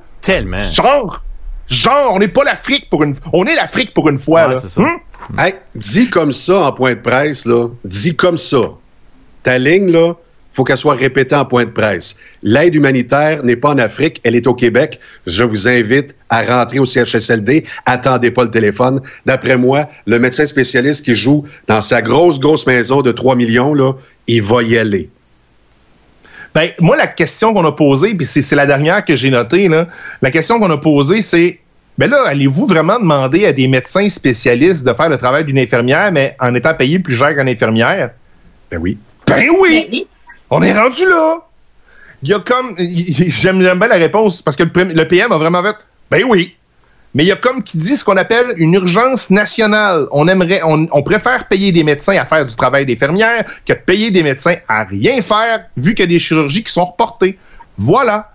Genre, on n'est pas l'Afrique pour une fois. On est l'Afrique pour une fois, ouais, là. C'est ça. Hey, dis comme ça en point de presse, là. Dis comme ça. Ta ligne, là, faut qu'elle soit répétée en point de presse. L'aide humanitaire n'est pas en Afrique, elle est au Québec. Je vous invite à rentrer au CHSLD. Attendez pas le téléphone. D'après moi, le médecin spécialiste qui joue dans sa grosse maison de 3 millions, là, il va y aller. Ben, moi, la question qu'on a posée, puis c'est la dernière que j'ai notée, là, la question qu'on a posée, c'est, ben là, allez-vous vraiment demander à des médecins spécialistes de faire le travail d'une infirmière, mais en étant payé plus cher qu'une infirmière? Ben oui. Ben oui! On est rendu là! Il y a comme... J'aime bien la réponse, parce que le PM a vraiment fait « Ben oui! » Mais il y a comme qui dit ce qu'on appelle une urgence nationale. On préfère payer des médecins à faire du travail d'infirmière que de payer des médecins à rien faire, vu qu'il y a des chirurgies qui sont reportées. Voilà.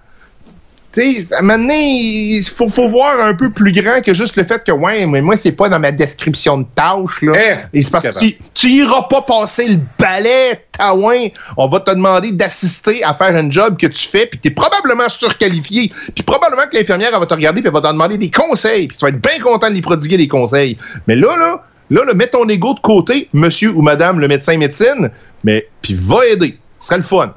Tu sais, à un moment donné, il faut voir un peu plus grand que juste le fait que, ouais, mais moi, c'est pas dans ma description de tâche, là. Et c'est parce que tu iras pas passer le balai, taouin. On va te demander d'assister à faire un job que tu fais, puis t'es probablement surqualifié. Puis probablement que l'infirmière, elle va te regarder, puis elle va te demander des conseils, puis tu vas être bien content de lui prodiguer des conseils. Mais là, mets ton ego de côté, monsieur ou madame le médecin-médecine, mais puis va aider. Ce serait le fun.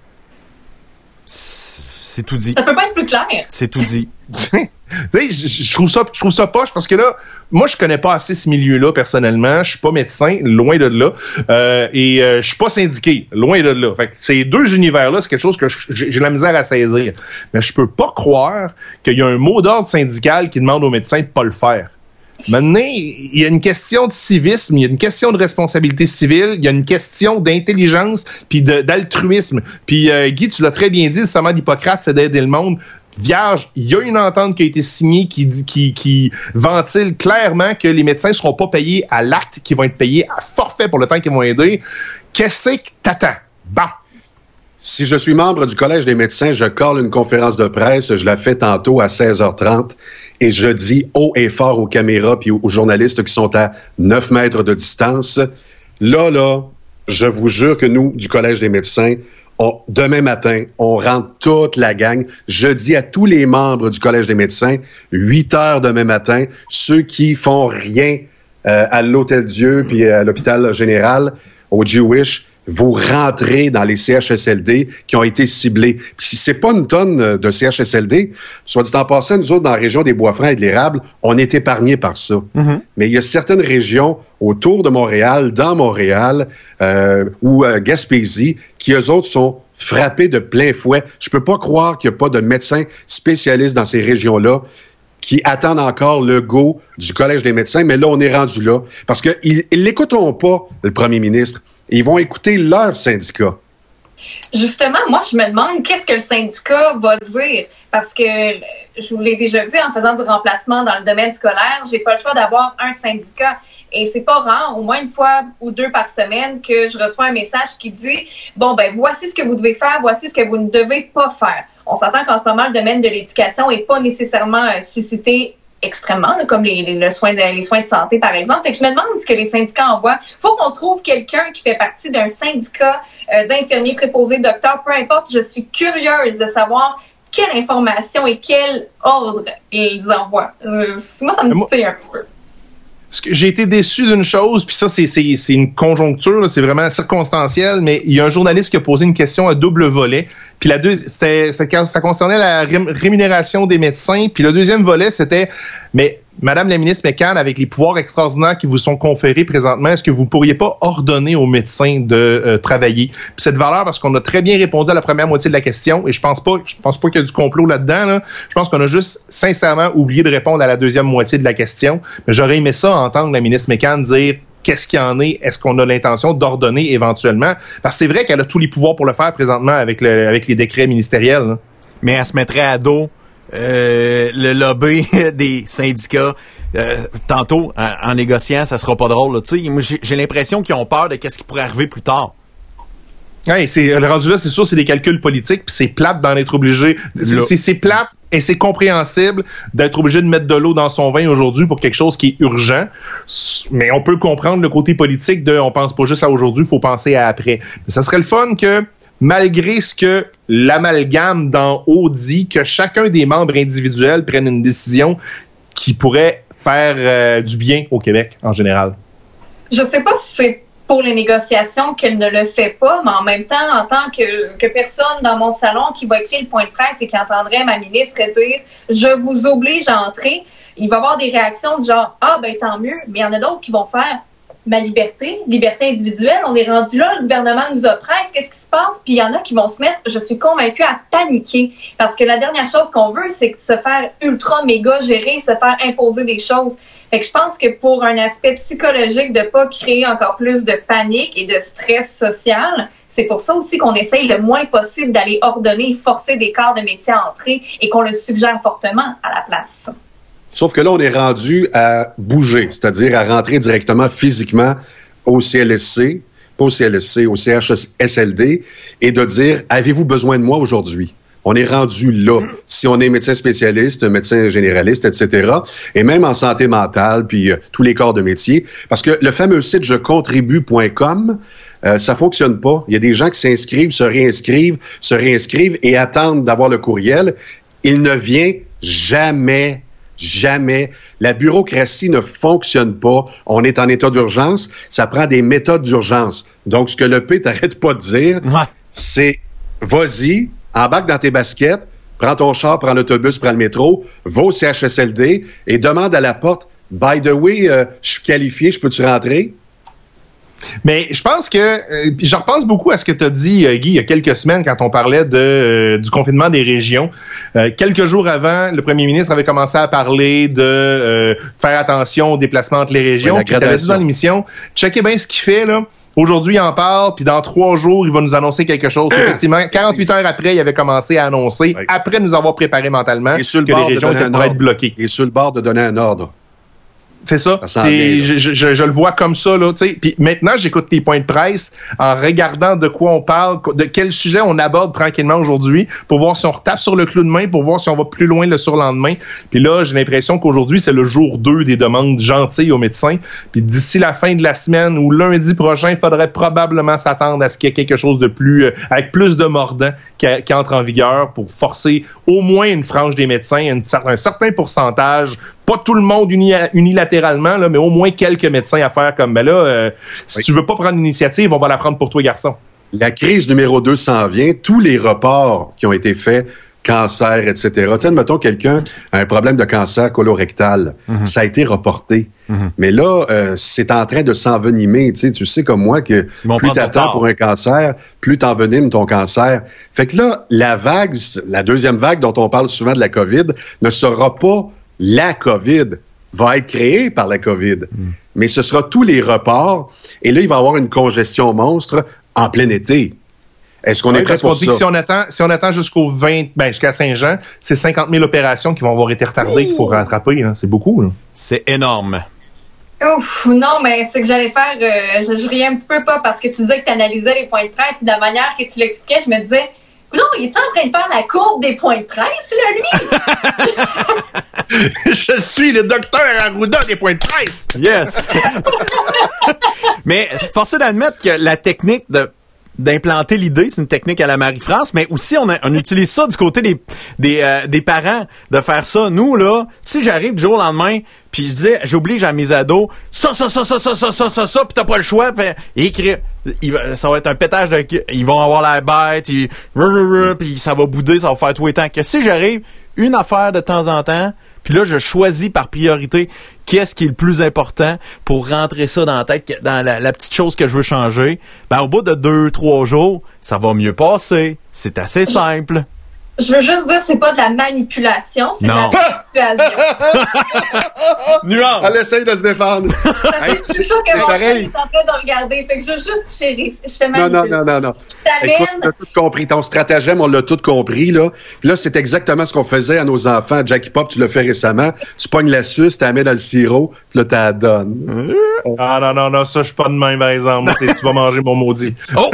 C'est tout dit. Ça peut pas être plus clair. C'est tout dit. Je trouve ça poche parce que là, moi, je connais pas assez ce milieu-là personnellement. Je suis pas médecin, loin de là. Je suis pas syndiqué, loin de là. Fait que ces deux univers-là, c'est quelque chose que j'ai la misère à saisir. Mais je peux pas croire qu'il y a un mot d'ordre syndical qui demande aux médecins de pas le faire. Maintenant, il y a une question de civisme, il y a une question de responsabilité civile, il y a une question d'intelligence puis d'altruisme. Puis Guy, tu l'as très bien dit, le serment d'Hippocrate, c'est d'aider le monde. Vierge, il y a une entente qui a été signée qui ventile clairement que les médecins ne seront pas payés à l'acte, qu'ils vont être payés à forfait pour le temps qu'ils vont aider. Qu'est-ce que t'attends? Bon. Si je suis membre du Collège des médecins, je colle une conférence de presse, je la fais tantôt à 16h30 et je dis haut et fort aux caméras puis aux journalistes qui sont à 9 mètres de distance. Là, je vous jure que nous, du Collège des médecins, Demain matin, on rentre toute la gang. Je dis à tous les membres du Collège des médecins, 8 heures demain matin, ceux qui font rien à l'Hôtel-Dieu puis à l'hôpital général, au Jewish, vous rentrez dans les CHSLD qui ont été ciblés. Puis si c'est pas une tonne de CHSLD, soit dit en passant, nous autres, dans la région des Bois-Francs et de l'Érable, on est épargnés par ça. Mm-hmm. Mais il y a certaines régions autour de Montréal, dans Montréal ou Gaspésie, qui, eux autres, sont frappés de plein fouet. Je peux pas croire qu'il n'y a pas de médecins spécialistes dans ces régions-là qui attendent encore le go du Collège des médecins, mais là, on est rendu là. Parce qu'ils l'écouteront pas, le premier ministre. Ils vont écouter leur syndicat. Justement, moi, je me demande qu'est-ce que le syndicat va dire. Parce que, je vous l'ai déjà dit, en faisant du remplacement dans le domaine scolaire, j'ai pas le choix d'avoir un syndicat. Et c'est pas rare, au moins une fois ou deux par semaine, que je reçois un message qui dit « Bon, ben voici ce que vous devez faire, voici ce que vous ne devez pas faire. » On s'entend qu'en ce moment, le domaine de l'éducation est pas nécessairement suscité extrêmement, là, comme les soins de santé, par exemple. Fait que je me demande ce que les syndicats envoient. Faut qu'on trouve quelqu'un qui fait partie d'un syndicat d'infirmiers préposés, docteurs, peu importe. Je suis curieuse de savoir quelle information et quel ordre ils envoient. Moi, ça me titille un petit peu. J'ai été déçu d'une chose, puis ça, c'est une conjoncture, là, c'est vraiment circonstanciel, mais il y a un journaliste qui a posé une question à double volet, puis ça concernait la rémunération des médecins, puis le deuxième volet, c'était, mais Madame la ministre McCann, avec les pouvoirs extraordinaires qui vous sont conférés présentement, est-ce que vous pourriez pas ordonner aux médecins de travailler? Puis cette valeur, parce qu'on a très bien répondu à la première moitié de la question, et je pense pas qu'il y a du complot là-dedans, là. Je pense qu'on a juste sincèrement oublié de répondre à la deuxième moitié de la question. Mais j'aurais aimé ça entendre la ministre McCann dire qu'est-ce qu'il y en est, est-ce qu'on a l'intention d'ordonner éventuellement? Parce que c'est vrai qu'elle a tous les pouvoirs pour le faire présentement avec les décrets ministériels, là. Mais elle se mettrait à dos le lobby des syndicats tantôt en négociant, ça sera pas drôle. Moi, j'ai l'impression qu'ils ont peur de ce qui pourrait arriver plus tard. Ouais, le rendu là, c'est sûr, c'est des calculs politiques, puis c'est plate d'en être obligé. C'est plate et c'est compréhensible d'être obligé de mettre de l'eau dans son vin aujourd'hui pour quelque chose qui est urgent. Mais on peut comprendre le côté politique on pense pas juste à aujourd'hui, il faut penser à après. Mais ça serait le fun que, malgré ce que l'amalgame d'en haut dit, que chacun des membres individuels prenne une décision qui pourrait faire du bien au Québec en général. Je sais pas si c'est pour les négociations qu'elle ne le fait pas, mais en même temps, en tant que personne dans mon salon qui va écrire le point de presse et qui entendrait ma ministre dire « Je vous oblige à entrer », il va y avoir des réactions du genre « Ah, ben tant mieux », mais il y en a d'autres qui vont faire ma liberté individuelle, on est rendu là, le gouvernement nous oppresse, qu'est-ce qui se passe? Puis il y en a qui vont se mettre, je suis convaincue, à paniquer. Parce que la dernière chose qu'on veut, c'est se faire ultra méga gérer, se faire imposer des choses. Fait que je pense que pour un aspect psychologique, de pas créer encore plus de panique et de stress social, c'est pour ça aussi qu'on essaye le moins possible d'aller ordonner et forcer des corps de métier à entrer et qu'on le suggère fortement à la place. Sauf que là, on est rendu à bouger, c'est-à-dire à rentrer directement physiquement au CLSC, pas au CLSC, au CHSLD, et de dire, avez-vous besoin de moi aujourd'hui? On est rendu là. Si on est médecin spécialiste, médecin généraliste, etc., et même en santé mentale, puis tous les corps de métier, parce que le fameux site jecontribue.com, ça fonctionne pas. Il y a des gens qui s'inscrivent, se réinscrivent et attendent d'avoir le courriel. Il ne vient jamais. La bureaucratie ne fonctionne pas. On est en état d'urgence. Ça prend des méthodes d'urgence. Donc, ce que le P t'arrête pas de dire, c'est vas-y, embarque dans tes baskets, prends ton char, prends l'autobus, prends le métro, va au CHSLD et demande à la porte, by the way, je suis qualifié, je peux-tu rentrer? Mais je pense que je repense beaucoup à ce que tu as dit, Guy, il y a quelques semaines quand on parlait du confinement des régions. Quelques jours avant, le premier ministre avait commencé à parler de faire attention aux déplacements entre les régions. Puis tu avais dit dans l'émission, checkez bien ce qu'il fait là. Aujourd'hui, il en parle, puis dans 3 jours, il va nous annoncer quelque chose. Effectivement, 48 heures après, il avait commencé à annoncer, après nous avoir préparé mentalement, que les régions étaient pour être bloquées. Et sur le bord de donner un ordre. C'est ça. Je le vois comme ça, là, tu sais. Puis maintenant, j'écoute tes points de presse en regardant de quoi on parle, de quel sujet on aborde tranquillement aujourd'hui, pour voir si on retape sur le clou de main, pour voir si on va plus loin le surlendemain. Puis là, j'ai l'impression qu'aujourd'hui, c'est le jour 2 des demandes gentilles aux médecins. Puis d'ici la fin de la semaine ou lundi prochain, il faudrait probablement s'attendre à ce qu'il y ait quelque chose de plus, avec plus de mordant qui entre en vigueur pour forcer au moins une frange des médecins, un certain pourcentage. Pas tout le monde unilatéralement, là, mais au moins quelques médecins à faire comme, si tu veux pas prendre l'initiative, on va la prendre pour toi, garçon. La crise numéro 2 s'en vient. Tous les reports qui ont été faits, cancer, etc. Tu sais, admettons, quelqu'un a un problème de cancer colorectal. Ça a été reporté. Mais là, c'est en train de s'envenimer. Tu sais comme moi que plus t'attends pour un cancer, plus t'envenimes ton cancer. Fait que là, la deuxième vague dont on parle souvent de la COVID, ne sera pas la COVID, va être créée par la COVID. Mais ce sera tous les reports. Et là, il va y avoir une congestion monstre en plein été. Est-ce qu'on est prêt pour ça? Dit que si on attend jusqu'à Saint-Jean, c'est 50 000 opérations qui vont avoir été retardées qu'il faut rattraper. Hein. C'est beaucoup. Là. C'est énorme. Ouf, non, mais c'est que j'allais faire... je riais un petit peu pas parce que tu disais que tu analysais les points de presse, puis de la manière que tu l'expliquais, je me disais... Non, il est en train de faire la courbe des points de presse, là, lui? Je suis le docteur Arruda des points de presse. Yes. Mais force est d'admettre que la technique d'implanter l'idée, c'est une technique à la Marie-France, mais aussi on utilise ça du côté des parents, de faire ça. Nous, là, si j'arrive du jour au lendemain, puis je dis, j'oblige à mes ados, ça, puis t'as pas le choix, puis écrire. Ça va être un pétage de... Ils vont avoir la bête, puis ça va bouder, ça va faire tout le temps. Que si j'arrive, une affaire de temps en temps, puis là, je choisis par priorité qu'est-ce qui est le plus important pour rentrer ça dans la tête, dans la petite chose que je veux changer. Ben, au bout de 2-3 jours, ça va mieux passer. C'est assez simple. Je veux juste dire, c'est pas de la manipulation, c'est de la persuasion. Nuance. Elle essaye de se défendre. Hey, je suis sûre que mon frère est en train de regarder. Fait que je veux juste que je te manipule. Non. Écoute, on a tout compris. Ton stratagème, on l'a tout compris, là. Puis là, c'est exactement ce qu'on faisait à nos enfants. Jackie Pop, tu l'as fait récemment. Tu pognes la suce, tu la mets dans le sirop, puis là, tu la donnes. Ah, non, ça, je suis pas de même, par exemple. Tu vas manger mon maudit. Oh!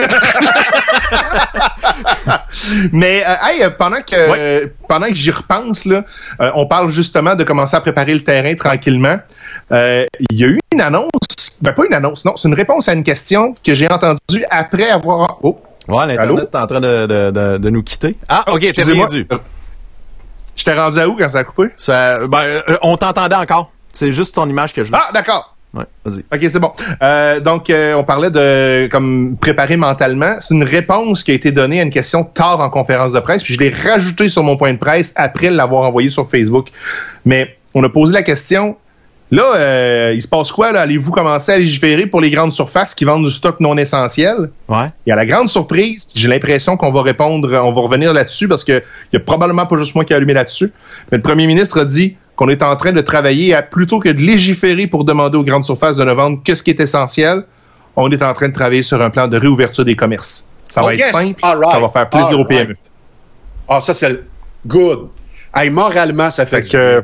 Mais, pendant que j'y repense, là, on parle justement de commencer à préparer le terrain tranquillement. Il y a eu une annonce, pas une annonce, non, c'est une réponse à une question que j'ai entendue après avoir... Oh! Ouais, l'Internet est en train de nous quitter. Ah, OK, t'es perdu. Je t'ai rendu à où quand ça a coupé? On t'entendait encore. C'est juste ton image que je vois. Ah, d'accord. Ouais, vas-y. OK, c'est bon. Donc, on parlait de comme préparer mentalement. C'est une réponse qui a été donnée à une question tard en conférence de presse, puis je l'ai rajoutée sur mon point de presse après l'avoir envoyé sur Facebook. Mais on a posé la question, là, il se passe quoi, là? Allez-vous commencer à légiférer pour les grandes surfaces qui vendent du stock non essentiel? Ouais. Et à la grande surprise, j'ai l'impression qu'on va revenir là-dessus parce que il y a probablement pas juste moi qui a allumé là-dessus. Mais le premier ministre a dit qu'on est en train de travailler plutôt que de légiférer pour demander aux grandes surfaces de ne vendre que ce qui est essentiel, on est en train de travailler sur un plan de réouverture des commerces. Ça va être simple, ça va faire plaisir aux PME. Ah, ça, c'est good. Hey, moralement, ça fait que...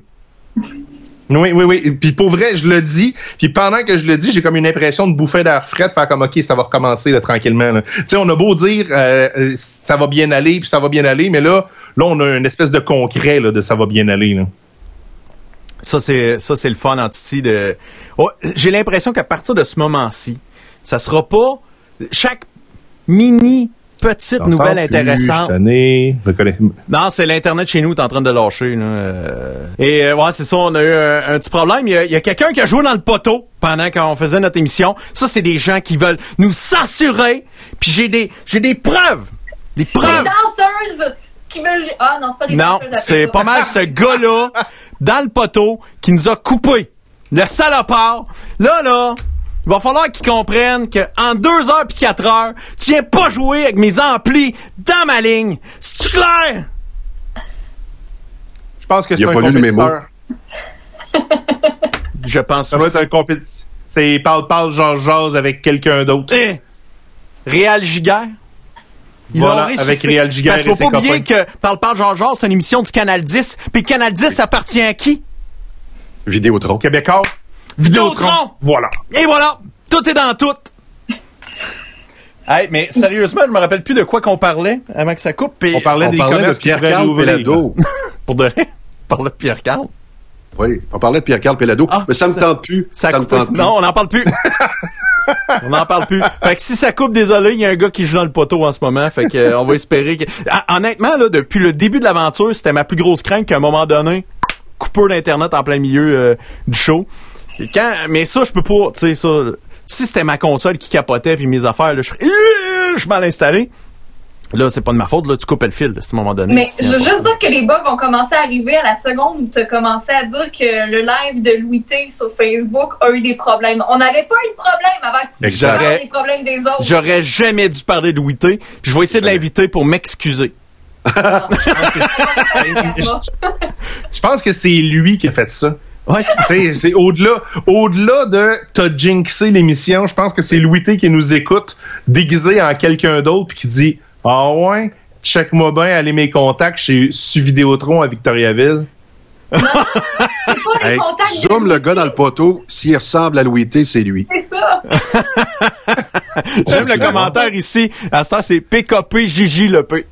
Oui. Puis pour vrai, je le dis. Puis pendant que je le dis, j'ai comme une impression de bouffer d'air frais, de faire comme, OK, ça va recommencer là, tranquillement. Tu sais, on a beau dire ça va bien aller, puis ça va bien aller, mais là, on a une espèce de concret là, de ça va bien aller. Là. Ça, c'est le fun en Titi de... Oh, j'ai l'impression qu'à partir de ce moment-ci, ça sera pas... Chaque petite nouvelle intéressante. Non, c'est l'Internet chez nous qui est en train de lâcher. Là. Et ouais, c'est ça, on a eu un petit problème. Il y a quelqu'un qui a joué dans le poteau pendant qu'on faisait notre émission. Ça, c'est des gens qui veulent nous censurer. Puis j'ai des preuves. Des preuves. Des danseuses qui veulent... Ah non, c'est pas des danseuses. Non, c'est pas mal ce gars-là dans le poteau qui nous a coupé. Le salopard. Là... Il va falloir qu'ils comprennent qu'en 2 heures pis 4 heures, tu viens pas jouer avec mes amplis dans ma ligne. C'est-tu clair? Je pense que c'est un compétiteur. Je pense ça va être un compétiteur. C'est parle jase avec quelqu'un d'autre. Réal Giguère? Voilà, avec Réal Giguère. Parce qu'il faut pas oublier que parle jase, c'est une émission du Canal 10. Puis le Canal 10 appartient à qui? Vidéotron. Québécois. Vidéotron! Voilà. Et voilà! Tout est dans tout! Hey, mais sérieusement, je me rappelle plus de quoi qu'on parlait avant que ça coupe. On parlait de Pierre-Carl Péladeau. Pour de vrai? On parlait de Pierre-Carl? Oui, on parlait de Pierre-Carl Péladeau. Mais ça me tente plus. Ça me tente plus. Non, on n'en parle plus. On n'en parle plus. Fait que si ça coupe, désolé, il y a un gars qui joue dans le poteau en ce moment. Fait que on va espérer que... Honnêtement, là, depuis le début de l'aventure, c'était ma plus grosse crainte qu'à un moment donné, coupure d'Internet en plein milieu du show. Mais ça, je peux pas, tu sais, ça... Si c'était ma console qui capotait puis mes affaires, là, je suis mal installé. Là, c'est pas de ma faute, là, tu coupes le fil, à ce moment donné. Mais je veux juste dire que les bugs ont commencé à arriver à la seconde où tu as commencé à dire que le live de Louis T sur Facebook a eu des problèmes. On n'avait pas eu de problème avant que tu parles des problèmes des autres. J'aurais jamais dû parler de Louis T. Je vais essayer de l'inviter pour m'excuser. Je pense que c'est lui qui a fait ça. Ouais, c'est au-delà de t'as jinxé l'émission, je pense que c'est Louis T qui nous écoute déguisé en quelqu'un d'autre puis qui dit ah ouais, check-moi bien, allez mes contacts chez Vidéotron à Victoriaville. Non, c'est pas les contacts. Zoom le gars dans le poteau, s'il ressemble à Louis T, c'est lui. C'est ça. J'aime le commentaire ici. À ce temps, c'est PKP Gigi le P.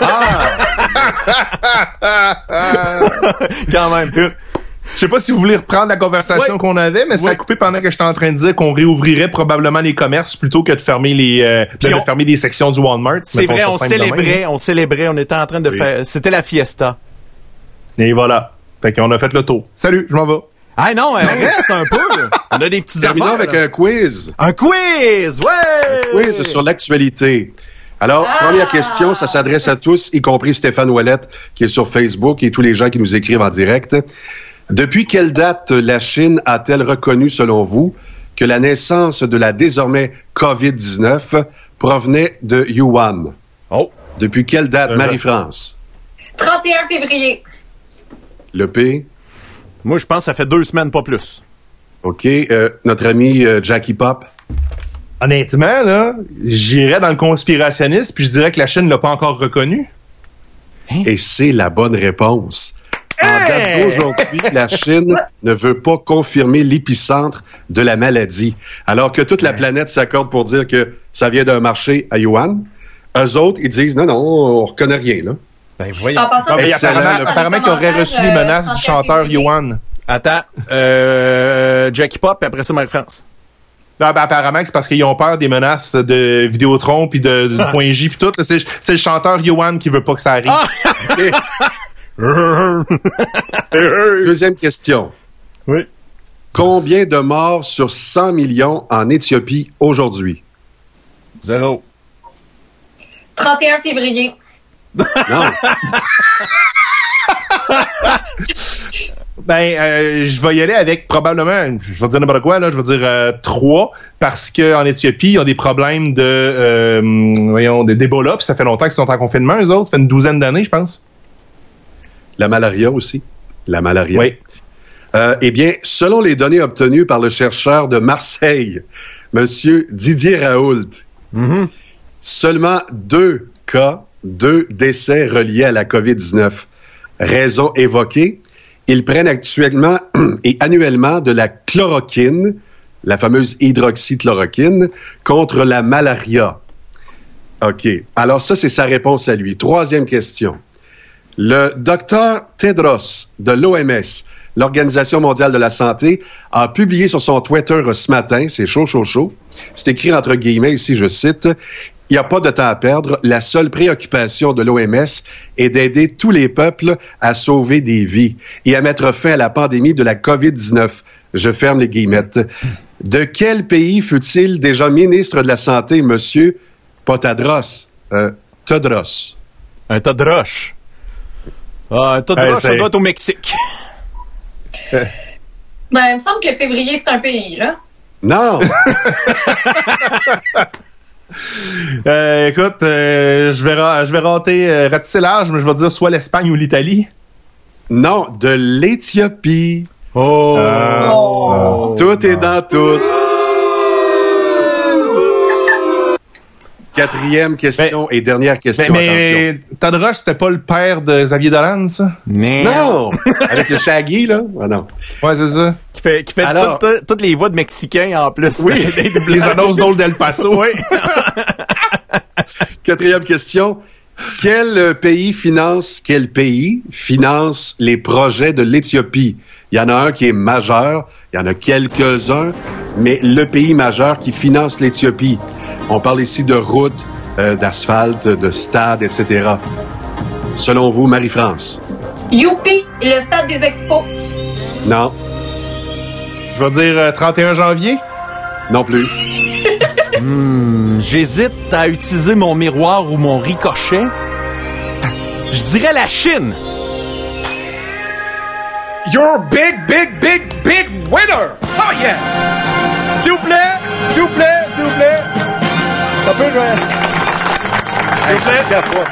Quand même. Je sais pas si vous voulez reprendre la conversation qu'on avait, mais ça a coupé pendant que j'étais en train de dire qu'on réouvrirait probablement les commerces plutôt que de fermer fermer des sections du Walmart. C'est vrai, on célébrait, on était en train de faire, c'était la fiesta. Et voilà. Fait qu'on a fait le tour. Salut, je m'en vais. Ah non, reste un peu. On a des petites affaires. Terminons avec un quiz. Un quiz, ouais! Un quiz sur l'actualité. Alors, première question, ça s'adresse à tous, y compris Stéphane Ouellette, qui est sur Facebook, et tous les gens qui nous écrivent en direct. Depuis quelle date la Chine a-t-elle reconnu, selon vous, que la naissance de la désormais COVID-19 provenait de Yuan? Oh! Depuis quelle date, Marie-France? 31 février. Le P? Moi, je pense que ça fait 2 semaines, pas plus. OK. Notre ami Jackie Pop? Honnêtement, là, j'irais dans le conspirationniste, puis je dirais que la Chine ne l'a pas encore reconnu. Hein? Et c'est la bonne réponse. En date d'aujourd'hui, la Chine ne veut pas confirmer l'épicentre de la maladie. Alors que toute la planète s'accorde pour dire que ça vient d'un marché à Yuan, eux autres, ils disent non, on reconnaît rien, là. Ben, voyons. Apparemment qu'ils auraient reçu les menaces du chanteur Yuan. Attends, Jackie Pop, et après ça, Marie-France. Non, apparemment, c'est parce qu'ils ont peur des menaces de Vidéotron puis de Point J puis tout. C'est le chanteur Yuan qui veut pas que ça arrive. Okay. Deuxième question. Oui. Combien de morts sur 100 millions en Éthiopie aujourd'hui? 0. 31 février. Non. Je vais y aller avec probablement, je vais dire n'importe quoi, là, je vais dire 3, parce qu'en Éthiopie, ils ont des problèmes d'Ebola, puis ça fait longtemps qu'ils sont en confinement, eux autres. Ça fait une douzaine d'années, je pense. La malaria aussi. La malaria. Oui. Eh bien, selon les données obtenues par le chercheur de Marseille, M. Didier Raoult, seulement 2 décès reliés à la COVID-19. Raison évoquée, ils prennent actuellement et annuellement de la chloroquine, la fameuse hydroxychloroquine, contre la malaria. OK. Alors ça, c'est sa réponse à lui. Troisième question. Le docteur Tedros de l'OMS, l'Organisation mondiale de la santé, a publié sur son Twitter ce matin, c'est chaud, c'est écrit entre guillemets ici, je cite, « Il n'y a pas de temps à perdre. La seule préoccupation de l'OMS est d'aider tous les peuples à sauver des vies et à mettre fin à la pandémie de la COVID-19. » Je ferme les guillemettes. De quel pays fut-il déjà ministre de la Santé, monsieur Tedros? Tedros. Un Tedros. Un Tedros, ça doit être au Mexique. Il me semble que février, c'est un pays, là. Non! Écoute, je vais ratisser large, mais je vais dire soit l'Espagne ou l'Italie. Non, de l'Éthiopie. Oh. Tout est dans tout. 4e question et dernière question. Mais Todd Ross, c'était pas le père de Xavier Dolan, ça? Non! Avec le Shaggy, là? Ah non. Ouais, c'est ça. Qui fait toutes les voix de Mexicains, en plus. Oui, les annonces d'Old Del Paso. Oui. 4e question. Quel pays finance les projets de l'Éthiopie? Il y en a un qui est majeur, il y en a quelques-uns, mais le pays majeur qui finance l'Éthiopie. On parle ici de routes, d'asphalte, de stades, etc. Selon vous, Marie-France? Youpi, le stade des Expos. Non. Je vais dire 31 janvier? Non plus. J'hésite à utiliser mon miroir ou mon ricochet. Je dirais la Chine. You're big winner! Oh yeah! S'il vous plaît. Ça peut, s'il vous plaît.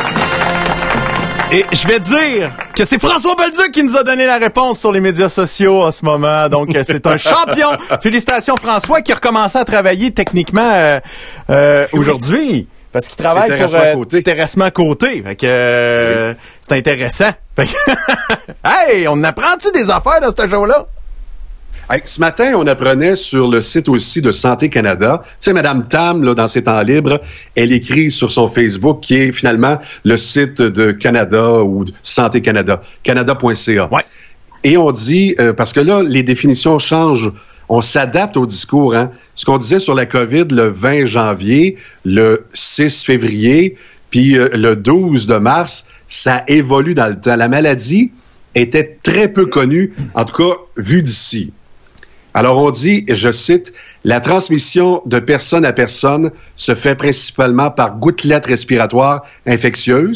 Et je vais dire que c'est François Bolduc qui nous a donné la réponse sur les médias sociaux en ce moment. Donc, c'est un champion. Félicitations, François, qui a recommencé à travailler techniquement aujourd'hui. Parce qu'il travaille pour Terrassement Côté. Fait que c'est intéressant. Fait que hey, on apprend-tu des affaires dans ce show-là? Hey, ce matin, on apprenait sur le site aussi de Santé Canada. Tu sais, Mme Tam, là, dans ses temps libres, elle écrit sur son Facebook, qui est finalement le site de Canada ou de Santé Canada, canada.ca. Ouais. Et on dit, parce que là, les définitions changent, on s'adapte au discours. Hein. Ce qu'on disait sur la COVID le 20 janvier, le 6 février, puis le 12 de mars, ça évolue dans le temps. La maladie était très peu connue, en tout cas, vue d'ici. Alors, on dit, et je cite, « La transmission de personne à personne se fait principalement par gouttelettes respiratoires infectieuses. »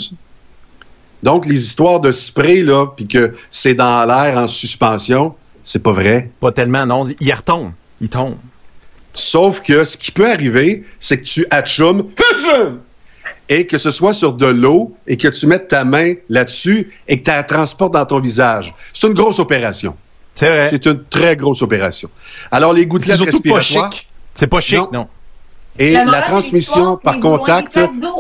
Donc, les histoires de spray, là, puis que c'est dans l'air en suspension, c'est pas vrai. Pas tellement, non. Il retombe. Il tombe. Sauf que ce qui peut arriver, c'est que tu atchoumes et que ce soit sur de l'eau et que tu mettes ta main là-dessus et que tu la transportes dans ton visage. C'est une grosse opération. C'est vrai. C'est une très grosse opération. Alors, les gouttelettes respiratoires... C'est pas chic, non. Et la transmission par contact...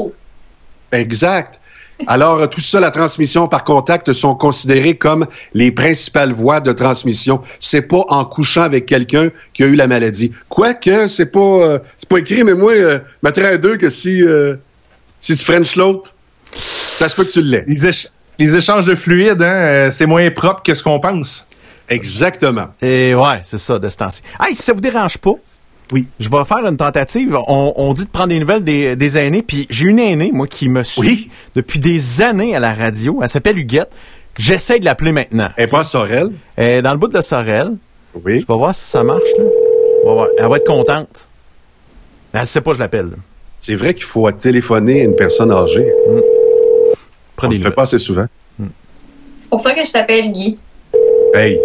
Exact. Alors, tout ça, la transmission par contact sont considérées comme les principales voies de transmission. C'est pas en couchant avec quelqu'un qui a eu la maladie. Quoique, c'est pas écrit, mais moi, je mettrais un 2 que si tu French l'autre, ça se peut que tu l'aies. Les échanges de fluides, hein, c'est moins propre que ce qu'on pense. Exactement. Et ouais, c'est ça, de ce temps-ci. Hey, si ça vous dérange pas, oui, je vais faire une tentative. On dit de prendre des nouvelles des aînés, puis j'ai une aînée, moi, qui me suit depuis des années à la radio. Elle s'appelle Huguette. J'essaie de l'appeler maintenant. Elle est pas à Sorel? Elle est dans le bout de la Sorel. Oui. Je vais voir si ça marche, là. On va voir. Elle va être contente. Mais elle sait pas, je l'appelle. C'est vrai qu'il faut téléphoner à une personne âgée. On ne le fait pas assez souvent. C'est pour ça que je t'appelle Guy. Hey.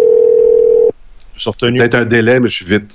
Peut-être un délai, mais je suis vite.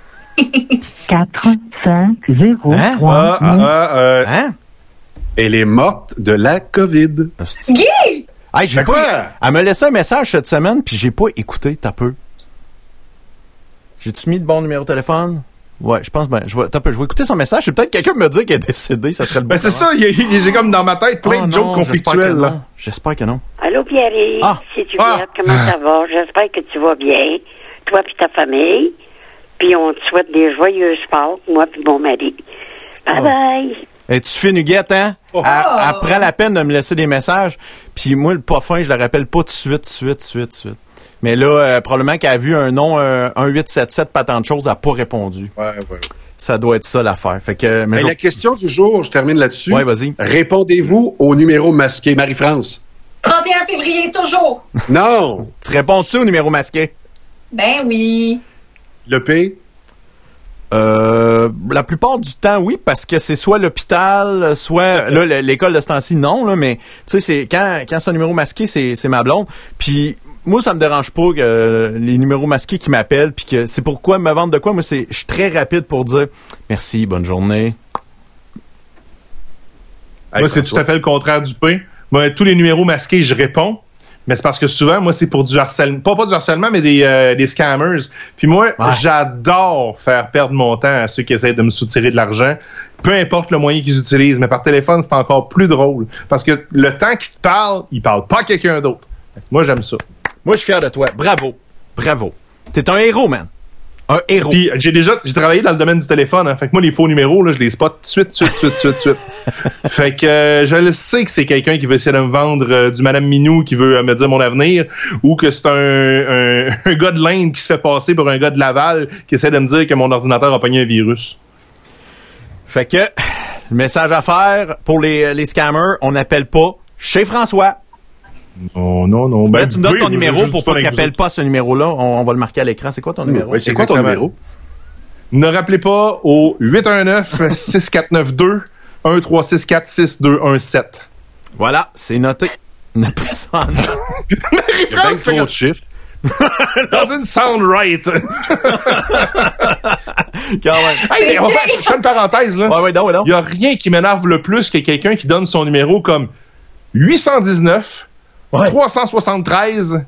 4, 5, 0, 3, Hein? Elle est morte de la COVID. Guy! Hey, j'ai pas... Elle m'a laissé un message cette semaine, puis j'ai pas écouté, t'as peu. J'ai-tu mis le bon numéro de téléphone? Ouais, je pense, je vais écouter son message. C'est peut-être quelqu'un me dire qu'elle est décédée, ça serait le bon. C'est ça, j'ai comme dans ma tête plein de jokes conflictuels, là. J'espère que non. Allô, Pierre-Yves, c'est Juliette, comment ça va? J'espère que tu vas bien, toi et ta famille. Puis on te souhaite des joyeuses Pâques, moi puis mon mari. Bye-bye. Es-tu fine, Huguette, hein? Elle prend la peine de me laisser des messages. Puis moi, le pas fin, je le rappelle pas tout de suite. Mais là, probablement qu'elle a vu un nom, un 877, pas tant de choses, elle n'a pas répondu. Ouais. Ça doit être ça l'affaire. Fait que, mais la question du jour, je termine là-dessus. Ouais, vas-y. Répondez-vous au numéro masqué, Marie-France? 31 février, toujours. Non. Tu réponds-tu au numéro masqué? Ben oui. Le P? La plupart du temps, oui, parce que c'est soit l'hôpital, soit là, l'école de ce temps-ci, non, là, mais tu sais, c'est quand c'est un numéro masqué, c'est ma blonde. Puis moi, ça me dérange pas que les numéros masqués qui m'appellent, puis que c'est pourquoi me vendre de quoi. Moi, je suis très rapide pour dire merci, bonne journée. Moi, c'est tout à fait le contraire du P. Moi, tous les numéros masqués, je réponds. Mais c'est parce que souvent, moi, c'est pour du harcèlement. Pas du harcèlement, mais des scammers. Puis moi, j'adore faire perdre mon temps à ceux qui essaient de me soutirer de l'argent. Peu importe le moyen qu'ils utilisent. Mais par téléphone, c'est encore plus drôle. Parce que le temps qu'ils te parlent, ils parlent pas à quelqu'un d'autre. Moi, j'aime ça. Moi, je suis fier de toi. Bravo. Bravo. T'es un héros, man. Un héros. Puis j'ai travaillé dans le domaine du téléphone, hein. Fait que moi, les faux numéros, là, je les spot tout de suite. Fait que je le sais que c'est quelqu'un qui veut essayer de me vendre du Madame Minou qui veut me dire mon avenir, ou que c'est un gars de l'Inde qui se fait passer pour un gars de Laval qui essaie de me dire que mon ordinateur a pogné un virus. Fait que, le message à faire pour les scammers, on n'appelle pas chez François. Non. Ben, tu me donnes ton numéro pour pas qu'il appelle pas ce numéro-là. On va le marquer à l'écran. C'est quoi ton numéro? Oui, c'est quoi ton numéro? Ne rappelez pas au 819-6492-1364-6217. Voilà, c'est noté. On a pris ça en note. Il y a bien trop de chiffres. Doesn't sound right. Quand même. Hey, je fais une parenthèse, là. Ouais, non. Il y a rien qui m'énerve le plus que quelqu'un qui donne son numéro comme 819 373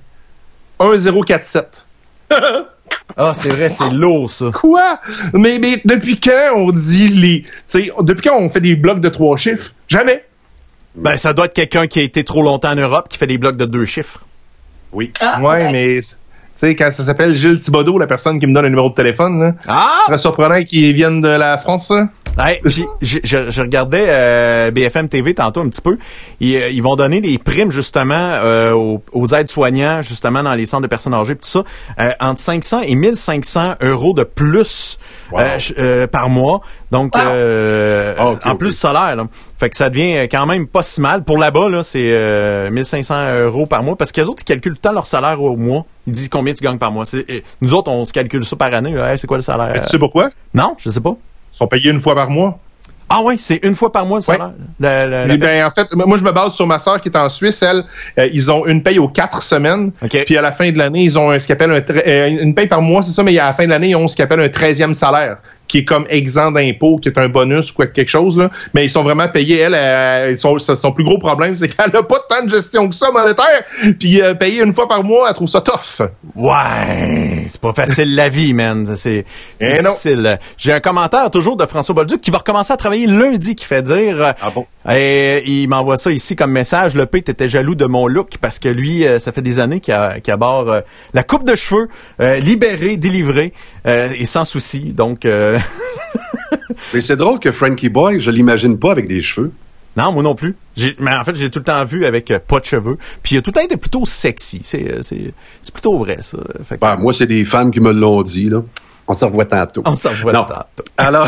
1047. Ah, c'est vrai, c'est lourd, ça. Quoi? Mais depuis quand on dit depuis quand on fait des blocs de 3 chiffres? Jamais. Ben, ça doit être quelqu'un qui a été trop longtemps en Europe qui fait des blocs de 2 chiffres. Oui. Mais tu sais, quand ça s'appelle Gilles Thibodeau, la personne qui me donne un numéro de téléphone, là, ce serait surprenant qu'il vienne de la France, ça. Ouais, puis je regardais BFM TV tantôt un petit peu. Ils vont donner des primes justement aux aides-soignants justement dans les centres de personnes âgées, tout ça, entre 500 et 1500 euros de plus par mois. Donc en plus du salaire. Là. Fait que ça devient quand même pas si mal. Pour là-bas, là, c'est 1500 euros par mois parce qu'eux autres ils calculent tout le temps leur salaire au mois. Ils disent combien tu gagnes par mois. Nous autres, on se calcule ça par année. C'est quoi le salaire? Mais tu sais pourquoi? Non, je sais pas. Ils sont payés une fois par mois. Ah oui, c'est une fois par mois le salaire. En fait, moi je me base sur ma sœur qui est en Suisse. Elle, ils ont une paye aux 4 semaines. Okay. Puis à la fin de l'année, ils ont ce qu'ils appellent une paye par mois, c'est ça, mais à la fin de l'année, ils ont ce qu'ils appellent un 13e salaire, qui est comme exempt d'impôt, qui est un bonus ou quelque chose, là. Mais ils sont vraiment payés. Son plus gros problème, c'est qu'elle n'a pas tant de gestion que ça monétaire. Puis payer une fois par mois, elle trouve ça tough. Ouais, c'est pas facile la vie, man. C'est difficile. J'ai un commentaire toujours de François Bolduc qui va recommencer à travailler lundi, qui fait dire... Ah bon? Et il m'envoie ça ici comme message. Le P, t'étais jaloux de mon look parce que lui, ça fait des années qu'il aborde la coupe de cheveux, libérée, délivrée et sans souci. Donc... Mais c'est drôle que Frankie Boy, je l'imagine pas avec des cheveux. Non, moi non plus. Mais en fait, j'ai tout le temps vu avec pas de cheveux. Puis il a tout le temps été plutôt sexy. C'est plutôt vrai, ça. Fait que... moi, c'est des femmes qui me l'ont dit, là. On se revoit tantôt. Alors,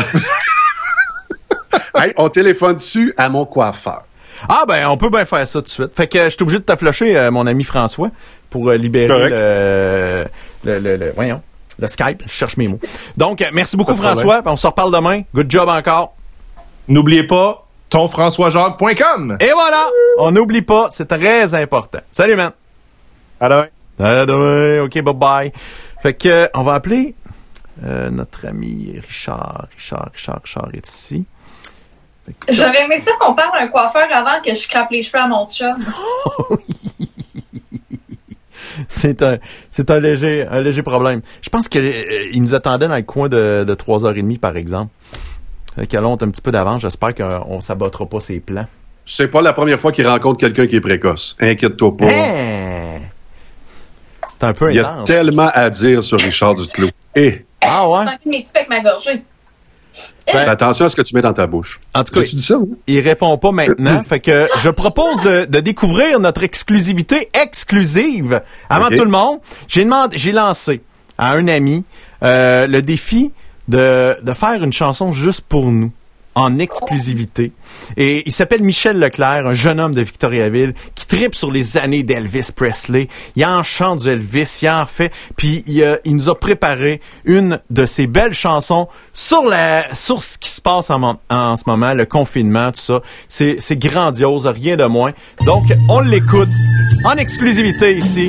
hey, on téléphone dessus à mon coiffeur. Ah, ben, on peut bien faire ça tout de suite. Fait que je suis obligé de te flusher, mon ami François, pour libérer le Skype. Je cherche mes mots. Donc, merci beaucoup, François. On se reparle demain. Good job encore. N'oubliez pas tonfrançoisjacques.com. Et voilà! On n'oublie pas. C'est très important. Salut, man. À demain. À demain. OK, bye-bye. Fait que, on va appeler notre ami Richard. Richard est ici. J'aurais aimé ça qu'on parle d'un coiffeur avant que je crappe les cheveux à mon chum. C'est un léger problème. Je pense qu'il nous attendait dans le coin de 3h30, par exemple. Qu'elle a un petit peu d'avance. J'espère qu'on s'abattra pas ses plans. C'est pas la première fois qu'il rencontre quelqu'un qui est précoce. Inquiète-toi pas. C'est un peu intense. Il y a tellement à dire sur Richard Duclos. Ah ouais? J'ai envie de m'étouffer avec ma gorgée. Fais attention à ce que tu mets dans ta bouche. En tout cas, tu dis ça, oui? Il répond pas maintenant. Fait que je propose de découvrir notre exclusivité exclusive avant tout le monde. J'ai lancé à un ami le défi de faire une chanson juste pour nous, en exclusivité. Et il s'appelle Michel Leclerc, un jeune homme de Victoriaville qui tripe sur les années d'Elvis Presley. Il en chante du Elvis, il en fait, puis il nous a préparé une de ses belles chansons sur ce qui se passe en ce moment, le confinement, tout ça. C'est grandiose, rien de moins. Donc, on l'écoute en exclusivité ici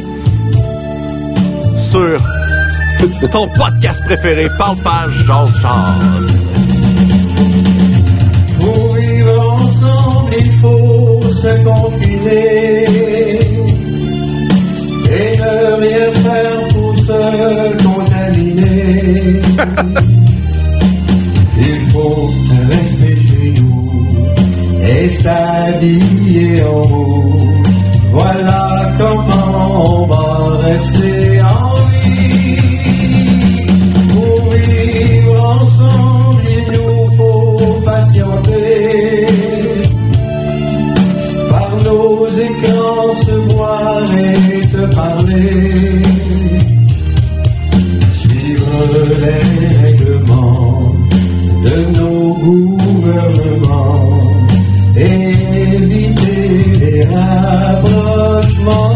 sur ton podcast préféré, Parle-Page, Jase. Pour vivre ensemble, il faut se confiner. et s'habiller en haut. Voilà comment on va rester en vie. Pour vivre ensemble, il nous faut patienter. Par nos écrans se voir et se parler. Suivre les règlements de nos gouvernements et éviter les rapprochements.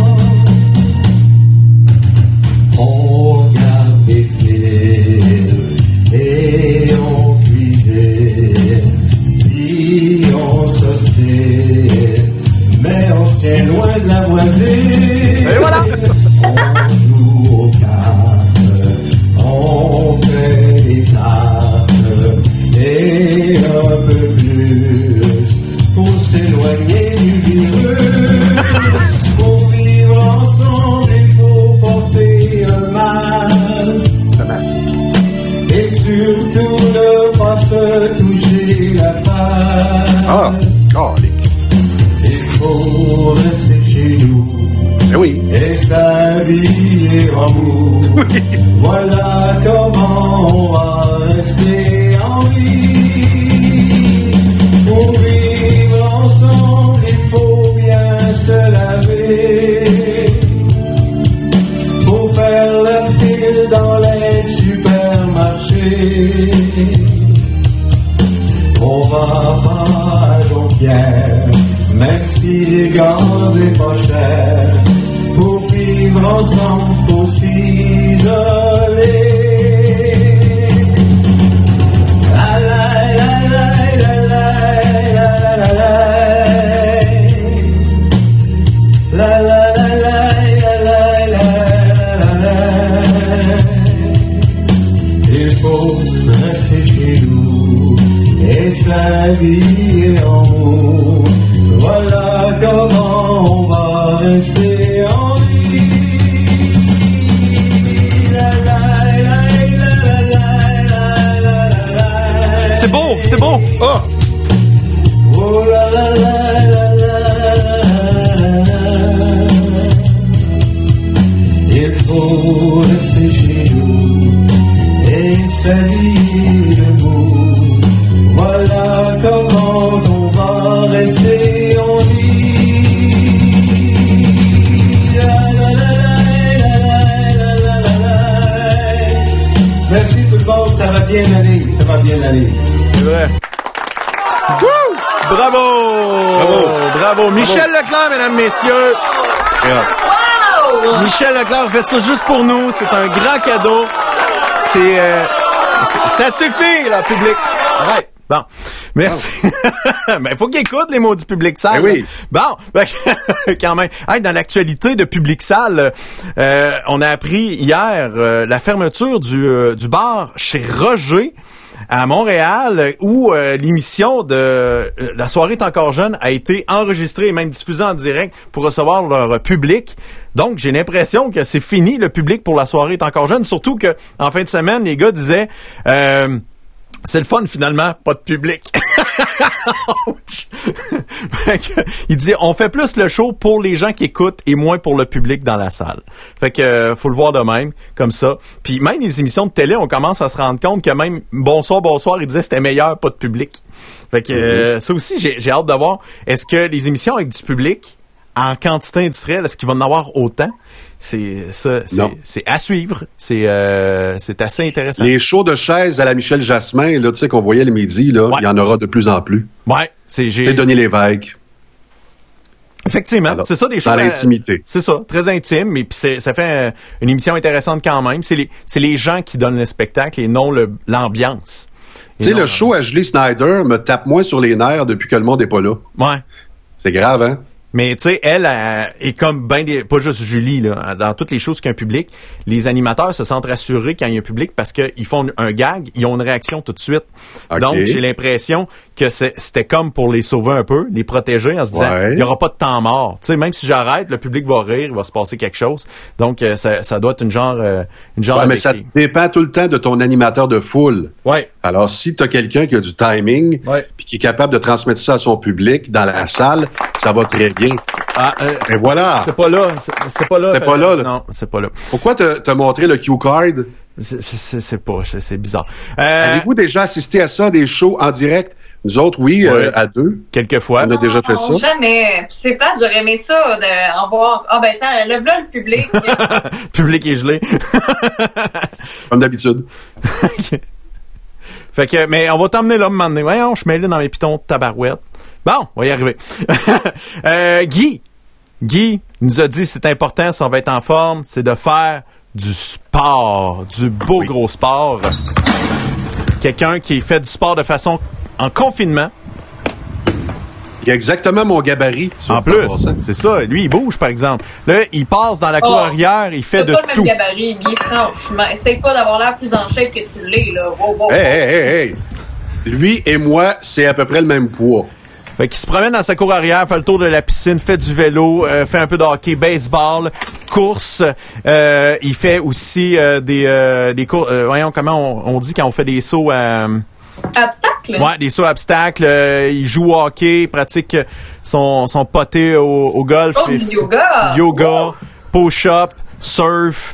On regarde des films et on cuisine, puis on s'ostine, mais on se tient loin de la voisine. Et voilà! On joue aux cartes, on fait des tartes et un peu plus pour s'éloigner du virus. Pour vivre ensemble, il faut porter un masque et surtout ne pas se toucher la face. Ah, calique. Il faut rester chez nous. Ben oui. Et s'habiller en mou. Oui. Voilà comment on va rester en vie. Pour vivre ensemble, il faut bien se laver. Faut faire la file dans les supermarchés. On va pas à Jonquière, même si les gaz est pas cher. Pour vivre ensemble, faut s'isoler. La la la la la la la la la la la. Il faut rester chez nous et s'habiller en haut. Voilà comment on va rester en vie. C'est beau, c'est beau. Oh! Oh la la la la la. Il faut rester chez nous et s'habiller debout. Voilà comment on va rester en vie. Merci tout le monde, ça va bien aller, ça va bien aller. C'est vrai. Bravo! Bravo! Bravo! Michel Leclerc, mesdames, messieurs. Wow! Michel Leclerc, faites ça juste pour nous. C'est un grand cadeau. Ça suffit, là, public. Arrête. Bon. Merci. Ben, faut qu'il écoute les mots du Public Salle. Ben oui. Bon. Ben, quand même. Hey, dans l'actualité de Public Salle, on a appris hier la fermeture du bar chez Roger à Montréal, où l'émission de La soirée est encore jeune a été enregistrée et même diffusée en direct pour recevoir leur public. Donc, j'ai l'impression que c'est fini le public pour La soirée est encore jeune, surtout que en fin de semaine, les gars disaient c'est le fun finalement, pas de public. Il disait on fait plus le show pour les gens qui écoutent et moins pour le public dans la salle. Fait que faut le voir de même, comme ça. Puis même les émissions de télé, on commence à se rendre compte que même bonsoir, il disait c'était meilleur, pas de public. Fait que ça aussi, j'ai hâte de voir. Est-ce que les émissions avec du public en quantité industrielle, est-ce qu'il va en avoir autant? C'est à suivre. C'est assez intéressant. Les shows de chaises à la Michel Jasmin, là, tu sais, qu'on voyait le midi, là, il y en aura de plus en plus. Ouais, c'est Denis Lévesque. Effectivement, alors, c'est ça des shows. Dans l'intimité. C'est ça, très intime, mais puis ça fait une émission intéressante quand même. C'est les gens qui donnent le spectacle et non l'ambiance. Tu sais, le show à Julie Snyder me tape moins sur les nerfs depuis que le monde est pas là. Ouais. C'est grave, hein? Mais tu sais, elle est comme pas juste Julie, là, dans toutes les choses qu'il y a un public, les animateurs se sentent rassurés quand il y a un public parce qu'ils font un gag, ils ont une réaction tout de suite. Okay. Donc, j'ai l'impression que c'était comme pour les sauver un peu, les protéger en se disant, il y aura pas de temps mort. Tu sais, même si j'arrête, le public va rire, il va se passer quelque chose. Donc, ça doit être une genre mais ça dépend tout le temps de ton animateur de foule. Ouais. Alors, si tu as quelqu'un qui a du timing, puis qui est capable de transmettre ça à son public dans la salle, ça va très bien. Et voilà. C'est pas là. C'est pas là. C'est pas là. Non, c'est pas là. Pourquoi t'as montré le cue card? Je sais pas, c'est bizarre. Avez-vous déjà assisté à ça, des shows en direct? Nous autres, oui, à deux. Quelquefois. On a déjà fait ça. Jamais. C'est plate, j'aurais aimé ça, en voir. Ah ben tiens, le public. Le public est gelé. Comme d'habitude. Fait que, mais on va t'emmener là, un moment donné. Voyons, je suis mêlé dans mes pitons de tabarouette. Bon, on va y arriver. Guy nous a dit, c'est important, si on va être en forme, c'est de faire du sport, du beau gros sport. Quelqu'un qui fait du sport de façon en confinement. Il a exactement mon gabarit. En plus, c'est ça. Lui, il bouge, par exemple. Là, il passe dans la cour arrière, il fait de tout. C'est pas le même gabarit, Guy, franchement. Essaye pas d'avoir l'air plus en shape que tu l'es, là. Hey. Lui et moi, c'est à peu près le même poids. Fait qu'il se promène dans sa cour arrière, fait le tour de la piscine, fait du vélo, fait un peu de hockey, baseball, course. Il fait aussi des cours. Voyons comment on dit quand on fait des sauts à... Obstacles? Ouais, des sauts à obstacles. Il joue au hockey, pratique son poté au golf. Du yoga! Yoga, push-up, surf.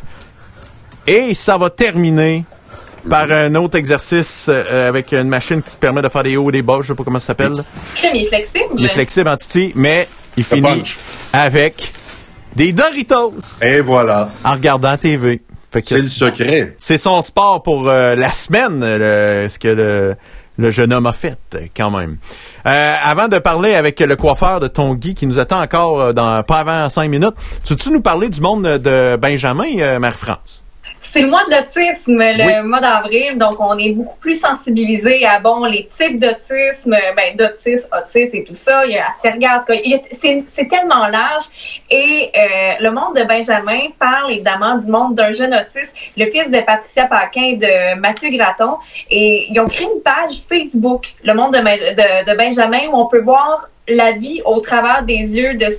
Et ça va terminer par un autre exercice avec une machine qui permet de faire des hauts et des bas. Je sais pas comment ça s'appelle. Il est flexible. Il est flexible en titi, mais il finit avec des Doritos. Et voilà. En regardant TV. C'est le secret. C'est son sport pour la semaine, ce que le jeune homme a fait, quand même. Avant de parler avec le coiffeur de ton Guy, qui nous attend encore pas avant 5 minutes, veux-tu nous parler du monde de Benjamin, Marie-France? C'est le mois de l'autisme, le mois d'avril, donc on est beaucoup plus sensibilisé à les types d'autisme, d'autisme, autisme et tout ça. Il y a Asperger, c'est tellement large. Et le monde de Benjamin parle évidemment du monde d'un jeune autiste, le fils de Patricia Paquin et de Mathieu Graton. Et ils ont créé une page Facebook, le monde de Benjamin, où on peut voir la vie au travers des yeux de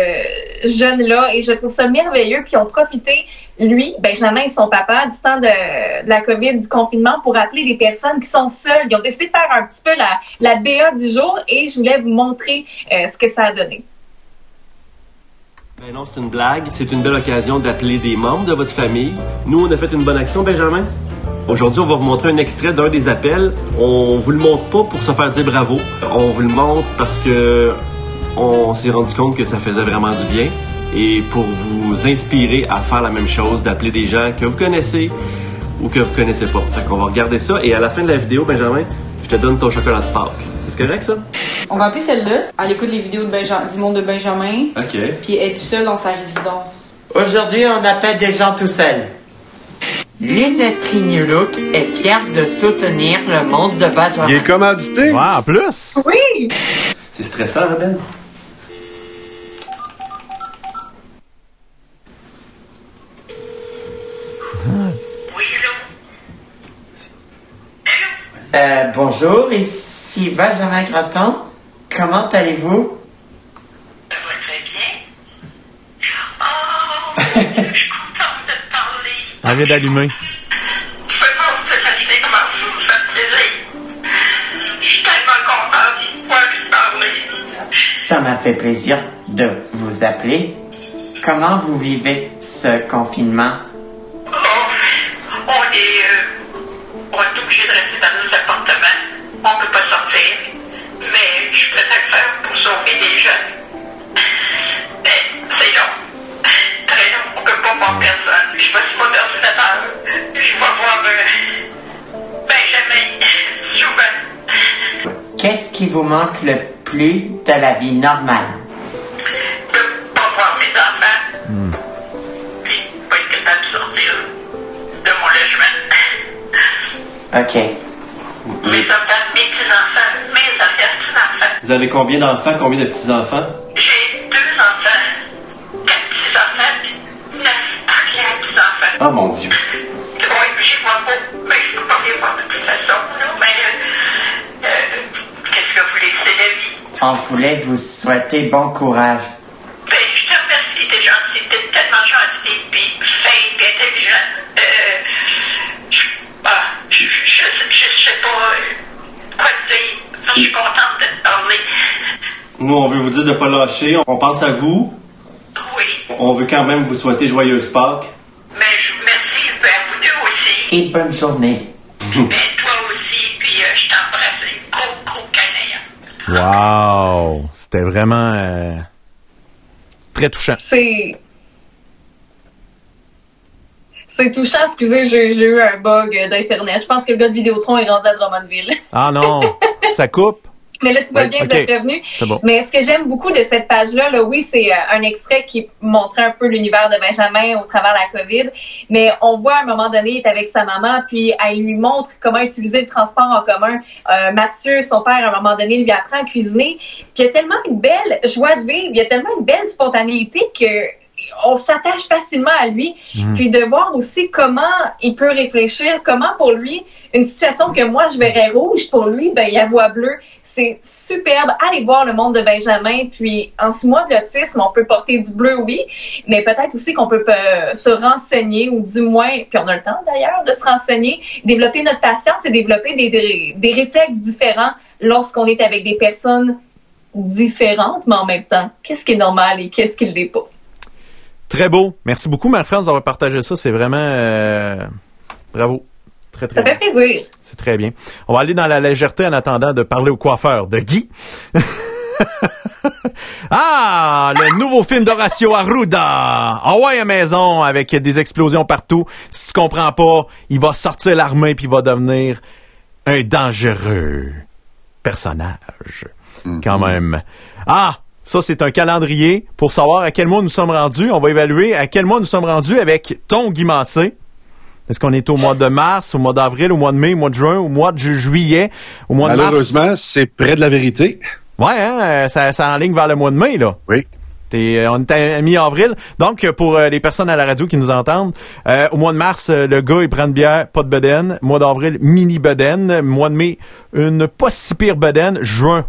ce jeune-là. Et je trouve ça merveilleux. Puis ils ont profité, lui, Benjamin et son papa, du temps de la COVID, du confinement, pour appeler des personnes qui sont seules. Ils ont décidé de faire un petit peu la BA du jour et je voulais vous montrer ce que ça a donné. Ben non, c'est une blague. C'est une belle occasion d'appeler des membres de votre famille. Nous, on a fait une bonne action, Benjamin. Aujourd'hui, on va vous montrer un extrait d'un des appels. On vous le montre pas pour se faire dire bravo. On vous le montre parce que on s'est rendu compte que ça faisait vraiment du bien et pour vous inspirer à faire la même chose, d'appeler des gens que vous connaissez ou que vous connaissez pas. Fait qu'on va regarder ça et à la fin de la vidéo, Benjamin, je te donne ton chocolat de Pâques. C'est correct, ça? On va appeler celle-là. Elle écoute les vidéos du monde de Benjamin. OK. Puis elle est tout seule dans sa résidence. Aujourd'hui, on appelle des gens tout seuls. Lune Trignolouk est fière de soutenir le monde de Benjamin. Il est commandité? Ouais, en plus! Oui! C'est stressant, hein, Ben? Bonjour, ici Benjamin Graton. Comment allez-vous? Ça va très bien. Oh, je suis contente de te parler. Elle vient d'allumer. Ça m'a fait plaisir de vous appeler. Comment vous vivez ce confinement? On est obligé de rester dans nos appartements. On ne peut pas sortir. Mais je préfère le faire pour sauver des jeunes. Mais c'est long. Très long. On ne peut pas voir personne. Je vais sur mon ordinateur. Je vais voir Benjamin souvent. Qu'est-ce qui vous manque le plus de la vie normale? De ne pas voir mes enfants. Puis pas être capable de sortir de mon logement. OK. Mes petits-enfants. Vous avez combien d'enfants, combien de petits-enfants? J'ai 2 enfants, 4 petits-enfants, puis 9 arrière-petits-enfants. Oh mon Dieu. Oui, j'y vois pas, mais je peux pas les voir de toute façon. Là. Mais qu'est-ce On voulait vous souhaiter bon courage. Ben, je te remercie, t'es gentil, t'es tellement gentil, puis fin, puis intelligent. Je sais pas quoi te dire. Je suis contente de te parler. Nous, on veut vous dire de pas lâcher. On pense à vous. Oui. On veut quand même vous souhaiter joyeuse Pâques. Mais merci, à vous deux aussi. Et bonne journée. Mais toi aussi, puis je t'embrasse. Gros câlin. Wow! C'était vraiment très touchant. C'est touchant, excusez, j'ai eu un bug d'Internet. Je pense que le gars de Vidéotron est rendu à Drummondville. Ah non, ça coupe? Mais là, tout va bien, vous êtes revenu. C'est bon. Mais ce que j'aime beaucoup de cette page-là, oui, c'est un extrait qui montrait un peu l'univers de Benjamin au travers de la COVID. Mais on voit à un moment donné, il est avec sa maman, puis elle lui montre comment utiliser le transport en commun. Mathieu, son père, à un moment donné, lui apprend à cuisiner. Puis il y a tellement une belle joie de vivre, il y a tellement une belle spontanéité que on s'attache facilement à lui, puis de voir aussi comment il peut réfléchir, comment pour lui, une situation que moi je verrais rouge, pour lui, ben il la voit bleue. C'est superbe. Allez voir le monde de Benjamin, puis en ce mois de l'autisme, on peut porter du bleu, oui, mais peut-être aussi qu'on peut se renseigner, ou du moins, puis on a le temps d'ailleurs de se renseigner, développer notre patience et développer des réflexes différents lorsqu'on est avec des personnes différentes, mais en même temps, qu'est-ce qui est normal et qu'est-ce qui ne l'est pas. Très beau. Merci beaucoup, Marie-France, d'avoir partagé ça. C'est vraiment... bravo. Très, très ça fait plaisir. C'est très bien. On va aller dans la légèreté en attendant de parler au coiffeur de Guy. Ah! Le nouveau film d'Horacio Arruda. Envoie à maison avec des explosions partout. Si tu comprends pas, il va sortir l'armée puis il va devenir un dangereux personnage. Quand même. Ah! Ça, c'est un calendrier pour savoir à quel mois nous sommes rendus. On va évaluer à quel mois nous sommes rendus avec ton Guy Massé. Est-ce qu'on est au mois de mars, au mois d'avril, au mois de mai, au mois de juin, au mois de juillet, au mois de mars? Malheureusement, c'est près de la vérité. Ouais, hein, ça enligne vers le mois de mai, là. Oui. On est à mi-avril. Donc, pour les personnes à la radio qui nous entendent, au mois de mars, le gars, il prend une bière, pas de bedaine. Mois d'avril, mini bedaine. Mois de mai, une pas si pire bedaine. Juin,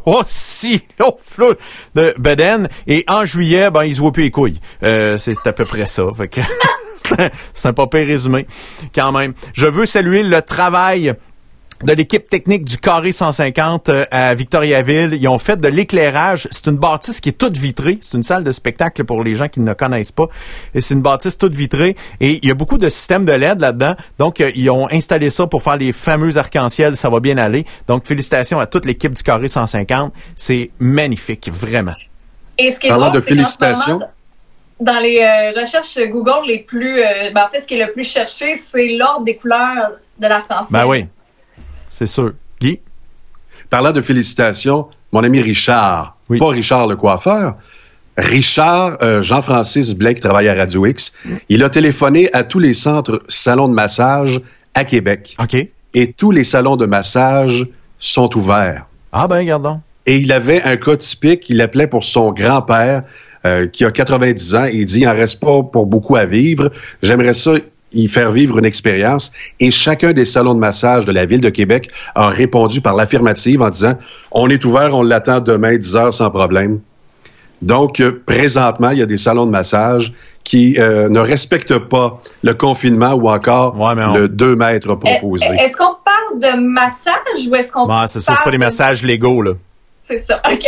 flou de bedaine. Et en juillet, ben, il se voit plus les couilles. C'est à peu près ça. Fait que c'est un pas pire résumé, quand même. Je veux saluer le travail de l'équipe technique du Carré 150 à Victoriaville. Ils ont fait de l'éclairage. C'est une bâtisse qui est toute vitrée. C'est une salle de spectacle pour les gens qui ne connaissent pas. Et c'est une bâtisse toute vitrée. Et il y a beaucoup de systèmes de LED là-dedans. Donc, ils ont installé ça pour faire les fameux arcs-en-ciel. Ça va bien aller. Donc, félicitations à toute l'équipe du Carré 150. C'est magnifique, vraiment. Et ce qui est Parlant drôle, de félicitations. Dans les recherches Google les plus... en fait, ce qui est le plus cherché, c'est l'ordre des couleurs de l'arc-en-ciel. Ben oui. C'est sûr. Guy? Parlant de félicitations, mon ami Richard, pas Richard le coiffeur, Richard Jean-Francis Blais qui travaille à Radio X, il a téléphoné à tous les centres salons de massage à Québec. OK. Et tous les salons de massage sont ouverts. Ah ben, regardons. Et il avait un cas typique, il appelait pour son grand-père qui a 90 ans. Il dit, il n'en reste pas pour beaucoup à vivre. J'aimerais ça y faire vivre une expérience. Et chacun des salons de massage de la Ville de Québec a répondu par l'affirmative en disant, on est ouvert, on l'attend demain, 10 heures sans problème. Donc, présentement, il y a des salons de massage qui ne respectent pas le confinement ou encore le 2 mètres proposé. Est-ce qu'on parle de massage ou est-ce qu'on parle... c'est ça, c'est pas des massages légaux, là. C'est ça, OK.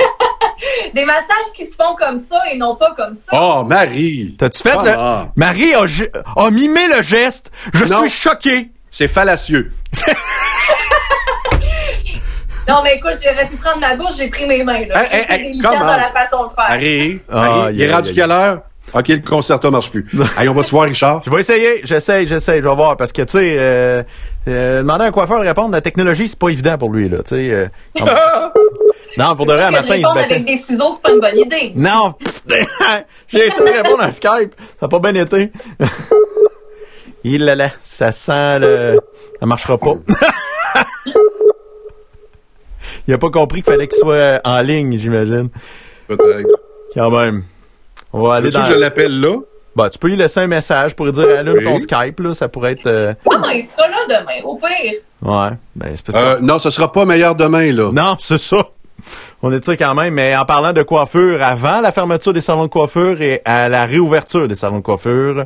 Des massages qui se font comme ça et non pas comme ça. Oh, Marie! T'as-tu fait Marie a mimé le geste. Je suis choqué. C'est fallacieux. Non, mais écoute, j'aurais pu prendre ma bouche, j'ai pris mes mains, là. C'est délicat dans la façon de faire. Marie, il est rendu quelle heure? OK, le concerto marche plus. Allez, on va te voir, Richard? Je vais essayer. J'essaie. Je vais voir. Parce que, tu sais, demander à un coiffeur de répondre, la technologie, c'est pas évident pour lui, là. Tu sais, non, pour de vrai, un matin, il se battait. Avec des ciseaux, c'est pas une bonne idée. Non! J'ai essayé de répondre à Skype. Ça n'a pas bien été. Ça sent le... Ça marchera pas. Il a pas compris qu'il fallait qu'il soit en ligne, j'imagine. Peut-être. Quand même. On va aller Veux-tu que je l'appelle là? Bah, tu peux lui laisser un message pour lui dire allume ton Skype, là. Ça pourrait être... Non, il sera là demain, au pire. Ouais. Ben, c'est parce que... non, ce sera pas meilleur demain, là. Non, c'est ça. On étire quand même, mais en parlant de coiffure, avant la fermeture des salons de coiffure et à la réouverture des salons de coiffure.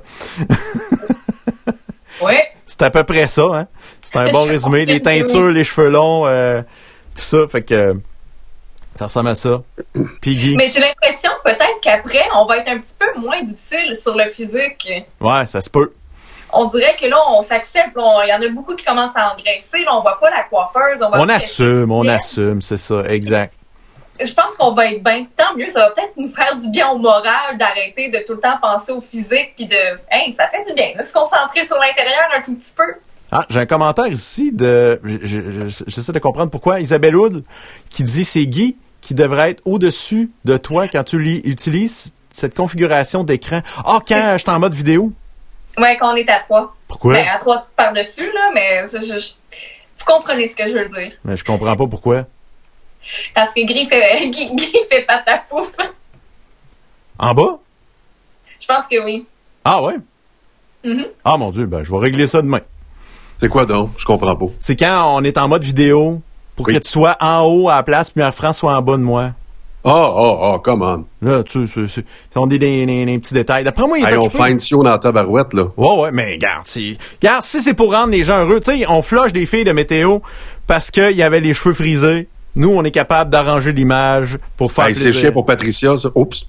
Oui. C'est à peu près ça, hein. C'est un bon résumé. Les teintures, les cheveux longs, tout ça, fait que ça ressemble à ça. Puis Guy. Mais j'ai l'impression peut-être qu'après, on va être un petit peu moins difficile sur le physique. Ouais, ça se peut. On dirait que là, on s'accepte. Il y en a beaucoup qui commencent à engraisser. Là, on voit pas la coiffeuse. On assume, c'est ça, exact. Je pense qu'on va être bien. Tant mieux, ça va peut-être nous faire du bien au moral d'arrêter de tout le temps penser au physique puis de « ça fait du bien de se concentrer sur l'intérieur un tout petit peu ». Ah, j'ai un commentaire ici j'essaie de comprendre pourquoi. Isabelle Houd qui dit « C'est Guy qui devrait être au-dessus de toi quand tu utilises cette configuration d'écran. » Ah, quand je suis en mode vidéo? Ouais, quand on est à 3. Pourquoi? Ben, à 3 par-dessus, là, mais vous comprenez ce que je veux dire. Mais je comprends pas pourquoi. Parce que Guy fait patapouf. En bas? Je pense que oui. Ah ouais? Mm-hmm. Ah mon Dieu, ben je vais régler ça demain. C'est quoi donc? Je comprends pas. C'est quand on est en mode vidéo pour que tu sois en haut à la place puis Marie-France soit en bas de moi. Come on. Là, tu sais, on dit des petits détails. D'après moi, il est on fine-tune dans ta barouette, là. Ouais, mais regarde, si c'est pour rendre les gens heureux, tu sais, on flush des filles de météo parce qu'il y avait les cheveux frisés. Nous, on est capable d'arranger l'image pour faire plaisir. C'est chiant pour Patricia, ça. Oups.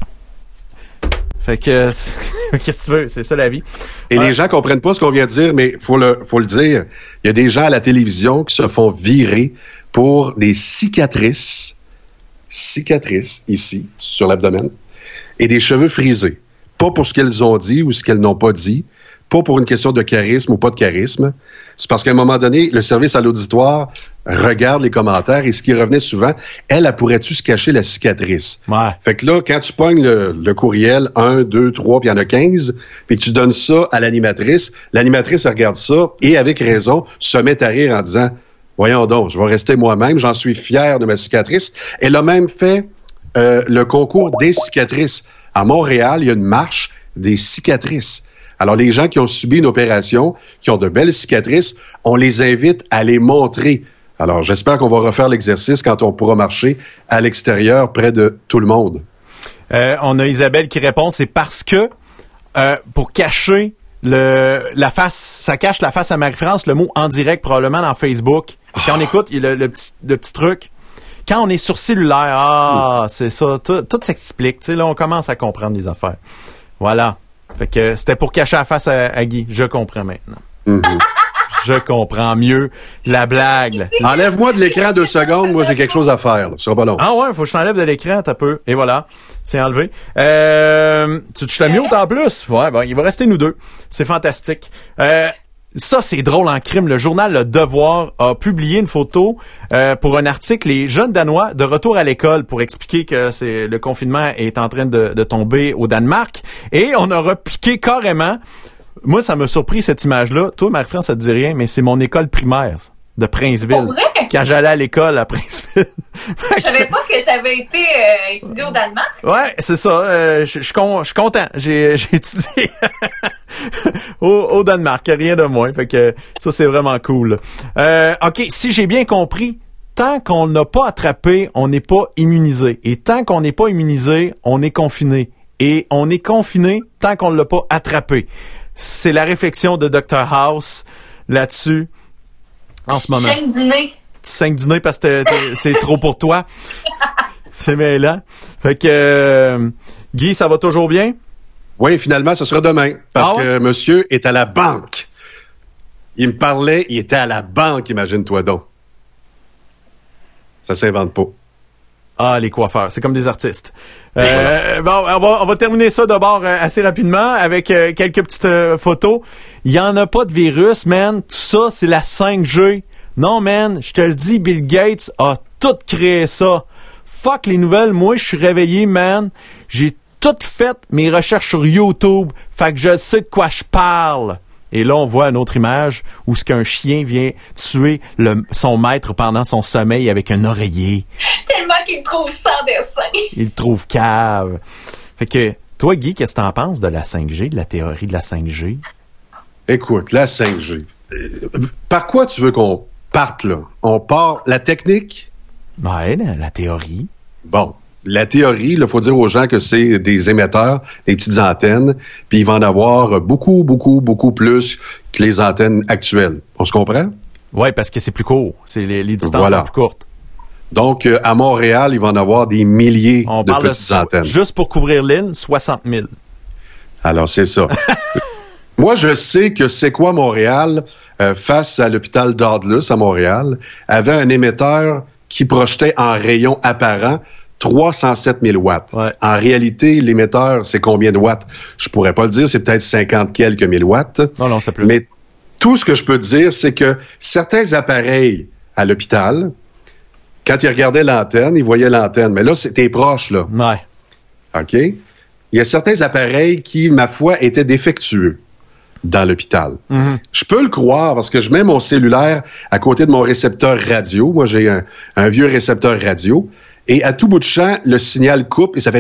Fait que, qu'est-ce que tu veux? C'est ça la vie. Et les gens comprennent pas ce qu'on vient de dire, mais faut le dire. Il y a des gens à la télévision qui se font virer pour des cicatrices ici, sur l'abdomen, et des cheveux frisés. Pas pour ce qu'elles ont dit ou ce qu'elles n'ont pas dit, pas pour une question de charisme ou pas de charisme. C'est parce qu'à un moment donné, le service à l'auditoire regarde les commentaires et ce qui revenait souvent, elle pourrait-tu se cacher la cicatrice? Ouais. Fait que là, quand tu pognes le courriel 1, 2, 3, puis il y en a 15, puis tu donnes ça à l'animatrice, elle regarde ça et avec raison se met à rire en disant « Voyons donc, je vais rester moi-même, j'en suis fier de ma cicatrice. » Elle a même fait le concours des cicatrices. À Montréal, il y a une marche des cicatrices. Alors, les gens qui ont subi une opération, qui ont de belles cicatrices, on les invite à les montrer. Alors, j'espère qu'on va refaire l'exercice quand on pourra marcher à l'extérieur près de tout le monde. On a Isabelle qui répond, c'est parce que pour cacher la face, ça cache la face à Marie-France, le mot en direct probablement dans Facebook. Quand on écoute, il y a le petit truc. Quand on est sur cellulaire, c'est ça, tout s'explique. Tu sais, là, on commence à comprendre les affaires. Voilà. Fait que c'était pour cacher la face à Guy. Je comprends maintenant. Mm-hmm. Je comprends mieux la blague. Enlève-moi de l'écran 2 secondes. Moi, j'ai quelque chose à faire. Ce sera pas long. Ah ouais, faut que je t'enlève de l'écran un peu. Et voilà. C'est enlevé. Tu te mute en plus? Ouais, bon, il va rester nous deux. C'est fantastique. Ça, c'est drôle en crime. Le journal Le Devoir a publié une photo pour un article, les jeunes Danois de retour à l'école, pour expliquer que le confinement est en train de tomber au Danemark. Et on a repliqué carrément. Moi, ça m'a surpris cette image-là. Toi, Marie-France, ça te dit rien, mais c'est mon école primaire de Princeville. Pour vrai? Quand j'allais à l'école à Princeville. Je savais pas que tu avais été étudié au Danemark. Ouais, c'est ça. Je suis content. J'ai étudié au Danemark, rien de moins. Fait que ça, c'est vraiment cool. OK, si j'ai bien compris, tant qu'on n'a pas attrapé, on n'est pas immunisé. Et tant qu'on n'est pas immunisé, on est confiné. Et on est confiné tant qu'on ne l'a pas attrapé. C'est la réflexion de Dr House là-dessus en ce moment. 5 du nez. 5 du nez parce que c'est trop pour toi. C'est mêlant. Fait que Guy, ça va toujours bien? Oui, finalement, ce sera demain. Parce que monsieur est à la banque. Il me parlait, il était à la banque, imagine-toi donc. Ça s'invente pas. Ah, les coiffeurs, c'est comme des artistes. Bon, on va terminer ça d'abord assez rapidement avec quelques petites photos. Il y en a pas de virus, man. Tout ça, c'est la 5G. Non, man, je te le dis, Bill Gates a tout créé ça. Fuck les nouvelles, moi, je suis réveillé, man. J'ai tout fait mes recherches sur YouTube. Fait que je sais de quoi je parle. Et là, on voit une autre image où ce qu'un chien vient tuer son maître pendant son sommeil avec un oreiller. Tellement qu'il trouve sans dessin. Il trouve cave. Fait que, toi, Guy, qu'est-ce que t'en penses de la 5G, de la théorie de la 5G? Écoute, la 5G. Par quoi tu veux qu'on parte, là? On part la technique? Ouais, la théorie. Bon. La théorie, il faut dire aux gens que c'est des émetteurs, des petites antennes, puis il va en avoir beaucoup, beaucoup, beaucoup plus que les antennes actuelles. On se comprend? Oui, parce que c'est plus court. Les distances sont plus courtes. Donc, à Montréal, il va en avoir des milliers de petites antennes. Juste pour couvrir l'île, 60 000. Alors, c'est ça. Moi, je sais que C'est quoi Montréal, face à l'hôpital Douglas à Montréal, avait un émetteur qui projetait en rayon apparent 307 000 watts. Ouais. En réalité, l'émetteur, c'est combien de watts? Je pourrais pas le dire, c'est peut-être 50 quelques mille watts. Non, c'est plus. Mais tout ce que je peux dire, c'est que certains appareils à l'hôpital, quand ils regardaient l'antenne, ils voyaient l'antenne. Mais là, c'était proche, là. Ouais. OK? Il y a certains appareils qui, ma foi, étaient défectueux dans l'hôpital. Mm-hmm. Je peux le croire parce que je mets mon cellulaire à côté de mon récepteur radio. Moi, j'ai un vieux récepteur radio. Et à tout bout de champ, le signal coupe et ça fait...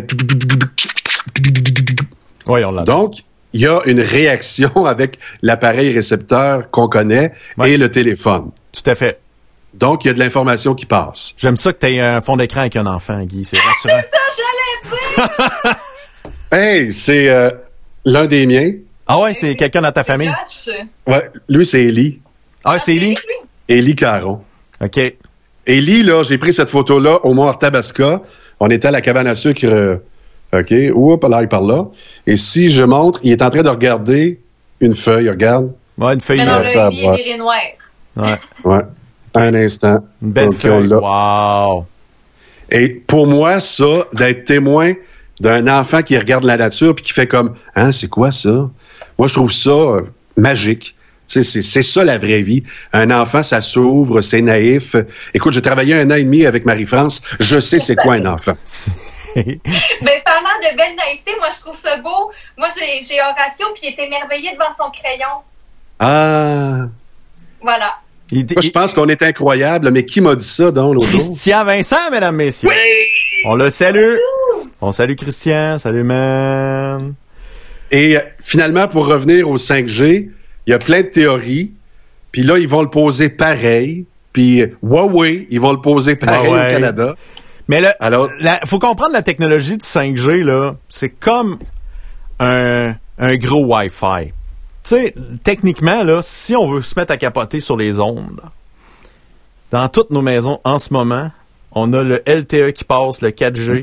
Oui, on l'a. Donc, il y a une réaction avec l'appareil récepteur qu'on connaît et le téléphone. Tout à fait. Donc, il y a de l'information qui passe. J'aime ça que tu aies un fond d'écran avec un enfant, Guy. C'est rassurant. C'est ça, j'allais dire! Hey, c'est l'un des miens. Ah ouais, c'est quelqu'un dans ta famille? Ouais, lui, c'est Élie. Ah, c'est Élie? Élie Caron. OK. Élie, là, j'ai pris cette photo-là au Mont Arthabasca. On était à la cabane à sucre. OK. Oups, là, il parle là. Et si je montre, il est en train de regarder une feuille. Regarde. Ouais, une feuille. Mais non, le Élie est viré noir. Ouais. Ouais. Un instant. Une belle feuille. Wow. Et pour moi, ça, d'être témoin d'un enfant qui regarde la nature puis qui fait comme, hein, c'est quoi ça? Moi, je trouve ça magique. C'est ça la vraie vie. Un enfant, ça s'ouvre, c'est naïf. Écoute, j'ai travaillé 1 an et demi avec Marie-France. Je sais c'est quoi un enfant. Mais parlant de belle naïveté, moi, je trouve ça beau. Moi, j'ai Horatio, puis il est émerveillé devant son crayon. Ah! Voilà. Moi, je pense qu'on est incroyable, mais qui m'a dit ça, donc, l'autre jour? Christian Vincent, mesdames, messieurs. Oui! On le salue. On salue Christian. Salut, man. Et finalement, pour revenir au 5G, il y a plein de théories. Puis là, ils vont le poser pareil. Puis Huawei, ils vont le poser pareil au Canada. Mais faut comprendre la technologie du 5G, là. C'est comme un gros Wi-Fi. Tu sais, techniquement, là, si on veut se mettre à capoter sur les ondes, dans toutes nos maisons, en ce moment, on a le LTE qui passe, le 4G.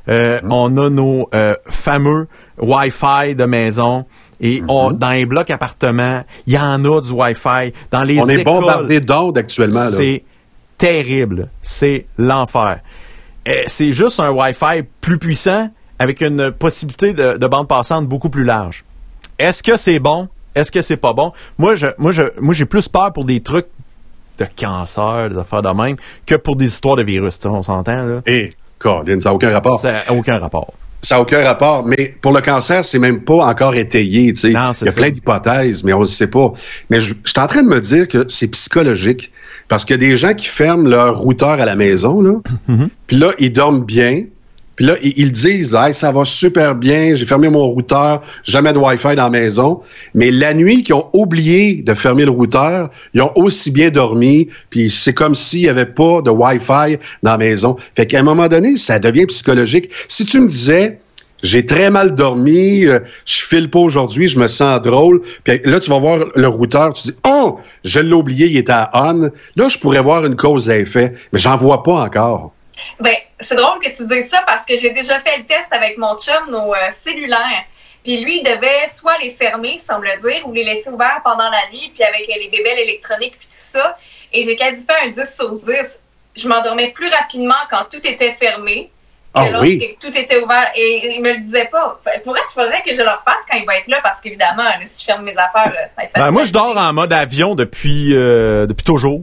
On a nos fameux Wi-Fi de maison. Et dans les blocs appartements, il y en a du Wi-Fi. Dans les écoles, on est bombardé d'ondes actuellement. C'est terrible. C'est l'enfer. C'est juste un Wi-Fi plus puissant avec une possibilité de bande passante beaucoup plus large. Est-ce que c'est bon? Est-ce que c'est pas bon? Moi, j'ai plus peur pour des trucs de cancer, des affaires de même, que pour des histoires de virus. On s'entend, là? Colin, ça n'a aucun rapport. Ça n'a aucun rapport. Ça n'a aucun rapport, mais pour le cancer, c'est même pas encore étayé. Il y a plein d'hypothèses, mais on ne sait pas. Mais je suis en train de me dire que c'est psychologique, parce qu'il y a des gens qui ferment leur routeur à la maison, là, puis là, ils dorment bien, puis là, ils disent « Hey, ça va super bien, j'ai fermé mon routeur, jamais de Wi-Fi dans la maison. » Mais la nuit qu'ils ont oublié de fermer le routeur, ils ont aussi bien dormi, puis c'est comme s'il n'y avait pas de Wi-Fi dans la maison. Fait qu'à un moment donné, ça devient psychologique. Si tu me disais « J'ai très mal dormi, je file pas aujourd'hui, je me sens drôle. » Puis là, tu vas voir le routeur, tu dis « Oh, je l'ai oublié, il était à on. » Là, je pourrais voir une cause à effet, mais j'en vois pas encore. Ben, c'est drôle que tu dises ça parce que j'ai déjà fait le test avec mon chum, nos cellulaires. Puis lui, il devait soit les fermer, semble-dire, ou les laisser ouverts pendant la nuit, puis avec les bébelles électroniques puis tout ça. Et j'ai quasi fait un 10 sur 10. Je m'endormais plus rapidement quand tout était fermé que lorsque tout était ouvert. Et il me le disait pas. Pour être, il faudrait que je le refasse quand il va être là, parce qu'évidemment, si je ferme mes affaires, ça va être facile. Moi, je dors en mode avion depuis toujours.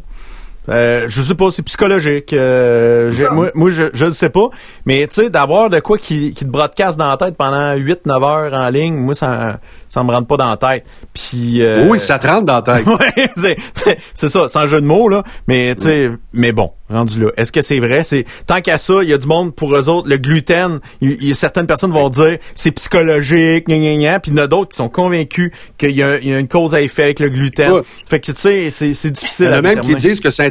Je sais pas, c'est psychologique. Moi, je le sais pas. Mais tu sais, d'avoir de quoi qui te broadcast dans la tête pendant 8-9 heures en ligne, moi, ça me rentre pas dans la tête. Puis oui, ça te rentre dans la tête. Ouais, c'est ça, sans jeu de mots, là. Mais tu sais, mais bon, rendu là. Est-ce que c'est vrai? Tant qu'à ça, il y a du monde, pour eux autres, le gluten, certaines personnes vont dire c'est psychologique, gna gna gna, puis il y en a d'autres qui sont convaincus qu'il y a une cause à effet avec le gluten. Fait que tu sais, c'est difficile à déterminer. Il y en a même qui disent que ça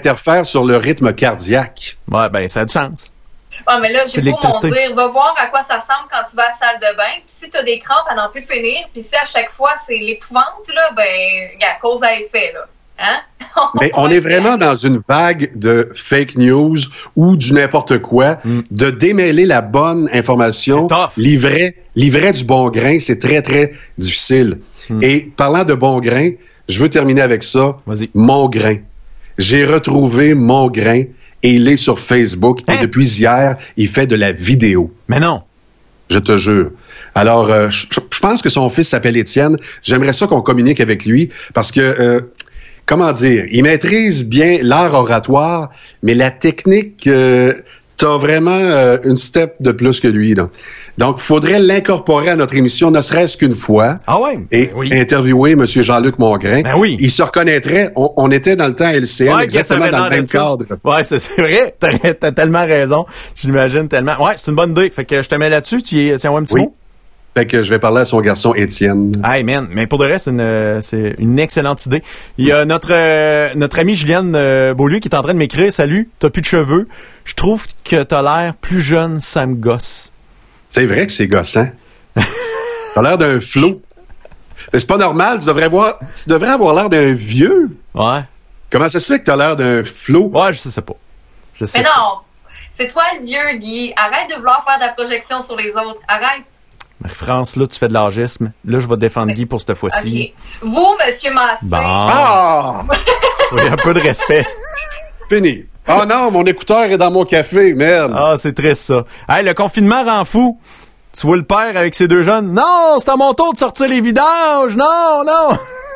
interfère sur le rythme cardiaque. Ouais, ben, ça a du sens. Ah, mais là, j'ai beau m'en dire, va voir à quoi ça ressemble quand tu vas à la salle de bain. Puis si t'as des crampes à n'en plus finir, puis si à chaque fois c'est l'épouvante, là, ben, cause à effet, là. Hein? Mais on est vraiment dans une vague de fake news ou du n'importe quoi, de démêler la bonne information, livrer du bon grain, c'est très, très difficile. Et parlant de bon grain, je veux terminer avec ça. Vas-y. Mon grain. J'ai retrouvé mon grain et il est sur Facebook. Et depuis hier, il fait de la vidéo. Mais non! Je te jure. Alors, je pense que son fils s'appelle Étienne. J'aimerais ça qu'on communique avec lui parce que... comment dire, il maîtrise bien l'art oratoire, mais la technique, t'as vraiment une step de plus que lui, là. Donc, il faudrait l'incorporer à notre émission, ne serait-ce qu'une fois. Ah ouais? Et interviewer M. Jean-Luc Mongrain. Ben oui. Il se reconnaîtrait. On était dans le temps à LCN, exactement dans le même cadre. Ouais, c'est vrai. T'as tellement raison. Je l'imagine tellement. Ouais, c'est une bonne idée. Fait que je te mets là-dessus. Tiens un petit mot? Fait que je vais parler à son garçon Étienne. Hey man, mais pour de reste, c'est une excellente idée. Il y a notre amie Juliane Beaulieu qui est en train de m'écrire. Salut, t'as plus de cheveux. Je trouve que t'as l'air plus jeune, ça me gosse. C'est vrai que c'est gossant. T'as l'air d'un flot. Mais c'est pas normal, tu devrais avoir l'air d'un vieux. Ouais. Comment ça se fait que t'as l'air d'un flot? Ouais, je sais pas. Mais non, c'est toi le vieux, Guy. Arrête de vouloir faire de la projection sur les autres. Arrête. Marie-France, là, tu fais de l'âgisme. Là, je vais défendre Guy pour cette fois-ci. Okay. Vous, Monsieur Massé. Bon. Ah! Oui, un peu de respect. Fini. Ah non, mon écouteur est dans mon café, merde. Ah, c'est triste, ça. Hey, le confinement rend fou. Tu vois le père avec ses deux jeunes. Non, c'est à mon tour de sortir les vidanges. Non, non.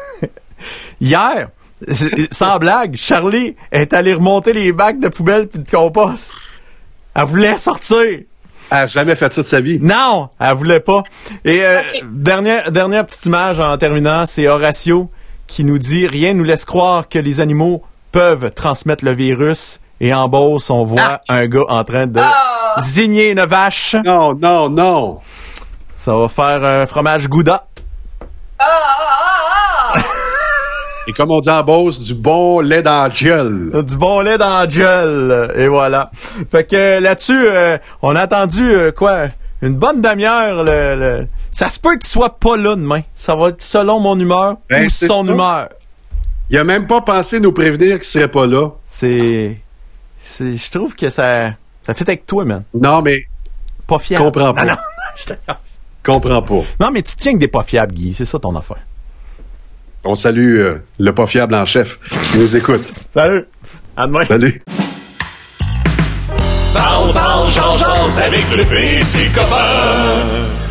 Hier, sans blague, Charlie est allé remonter les bacs de poubelle puis de compost. Elle voulait sortir. Elle n'a jamais fait ça de sa vie. Non, elle voulait pas. Et dernière petite image en terminant, c'est Horatio qui nous dit « Rien nous laisse croire que les animaux peuvent transmettre le virus. » Et en Beauce, on voit un gars en train de zigner une vache. Non, non, non. Ça va faire un fromage Gouda. Et comme on dit en Beauce, du bon lait dans la gueule. Du bon lait dans la gueule. Et voilà. Fait que là-dessus, on a attendu une bonne demi-heure. Ça se peut qu'il soit pas là demain. Ça va être selon mon humeur ou son humeur. Il a même pas pensé nous prévenir qu'il serait pas là. Je trouve que ça fait avec toi, man. Non, mais... Pas fiable. Comprends pas. Non. Comprends pas. Non, mais tu tiens que des pas fiables, Guy. C'est ça ton affaire. On salue le pas fiable en chef qui nous écoute. Salut. À demain. Salut. Parle, Jean, avec le PC copain.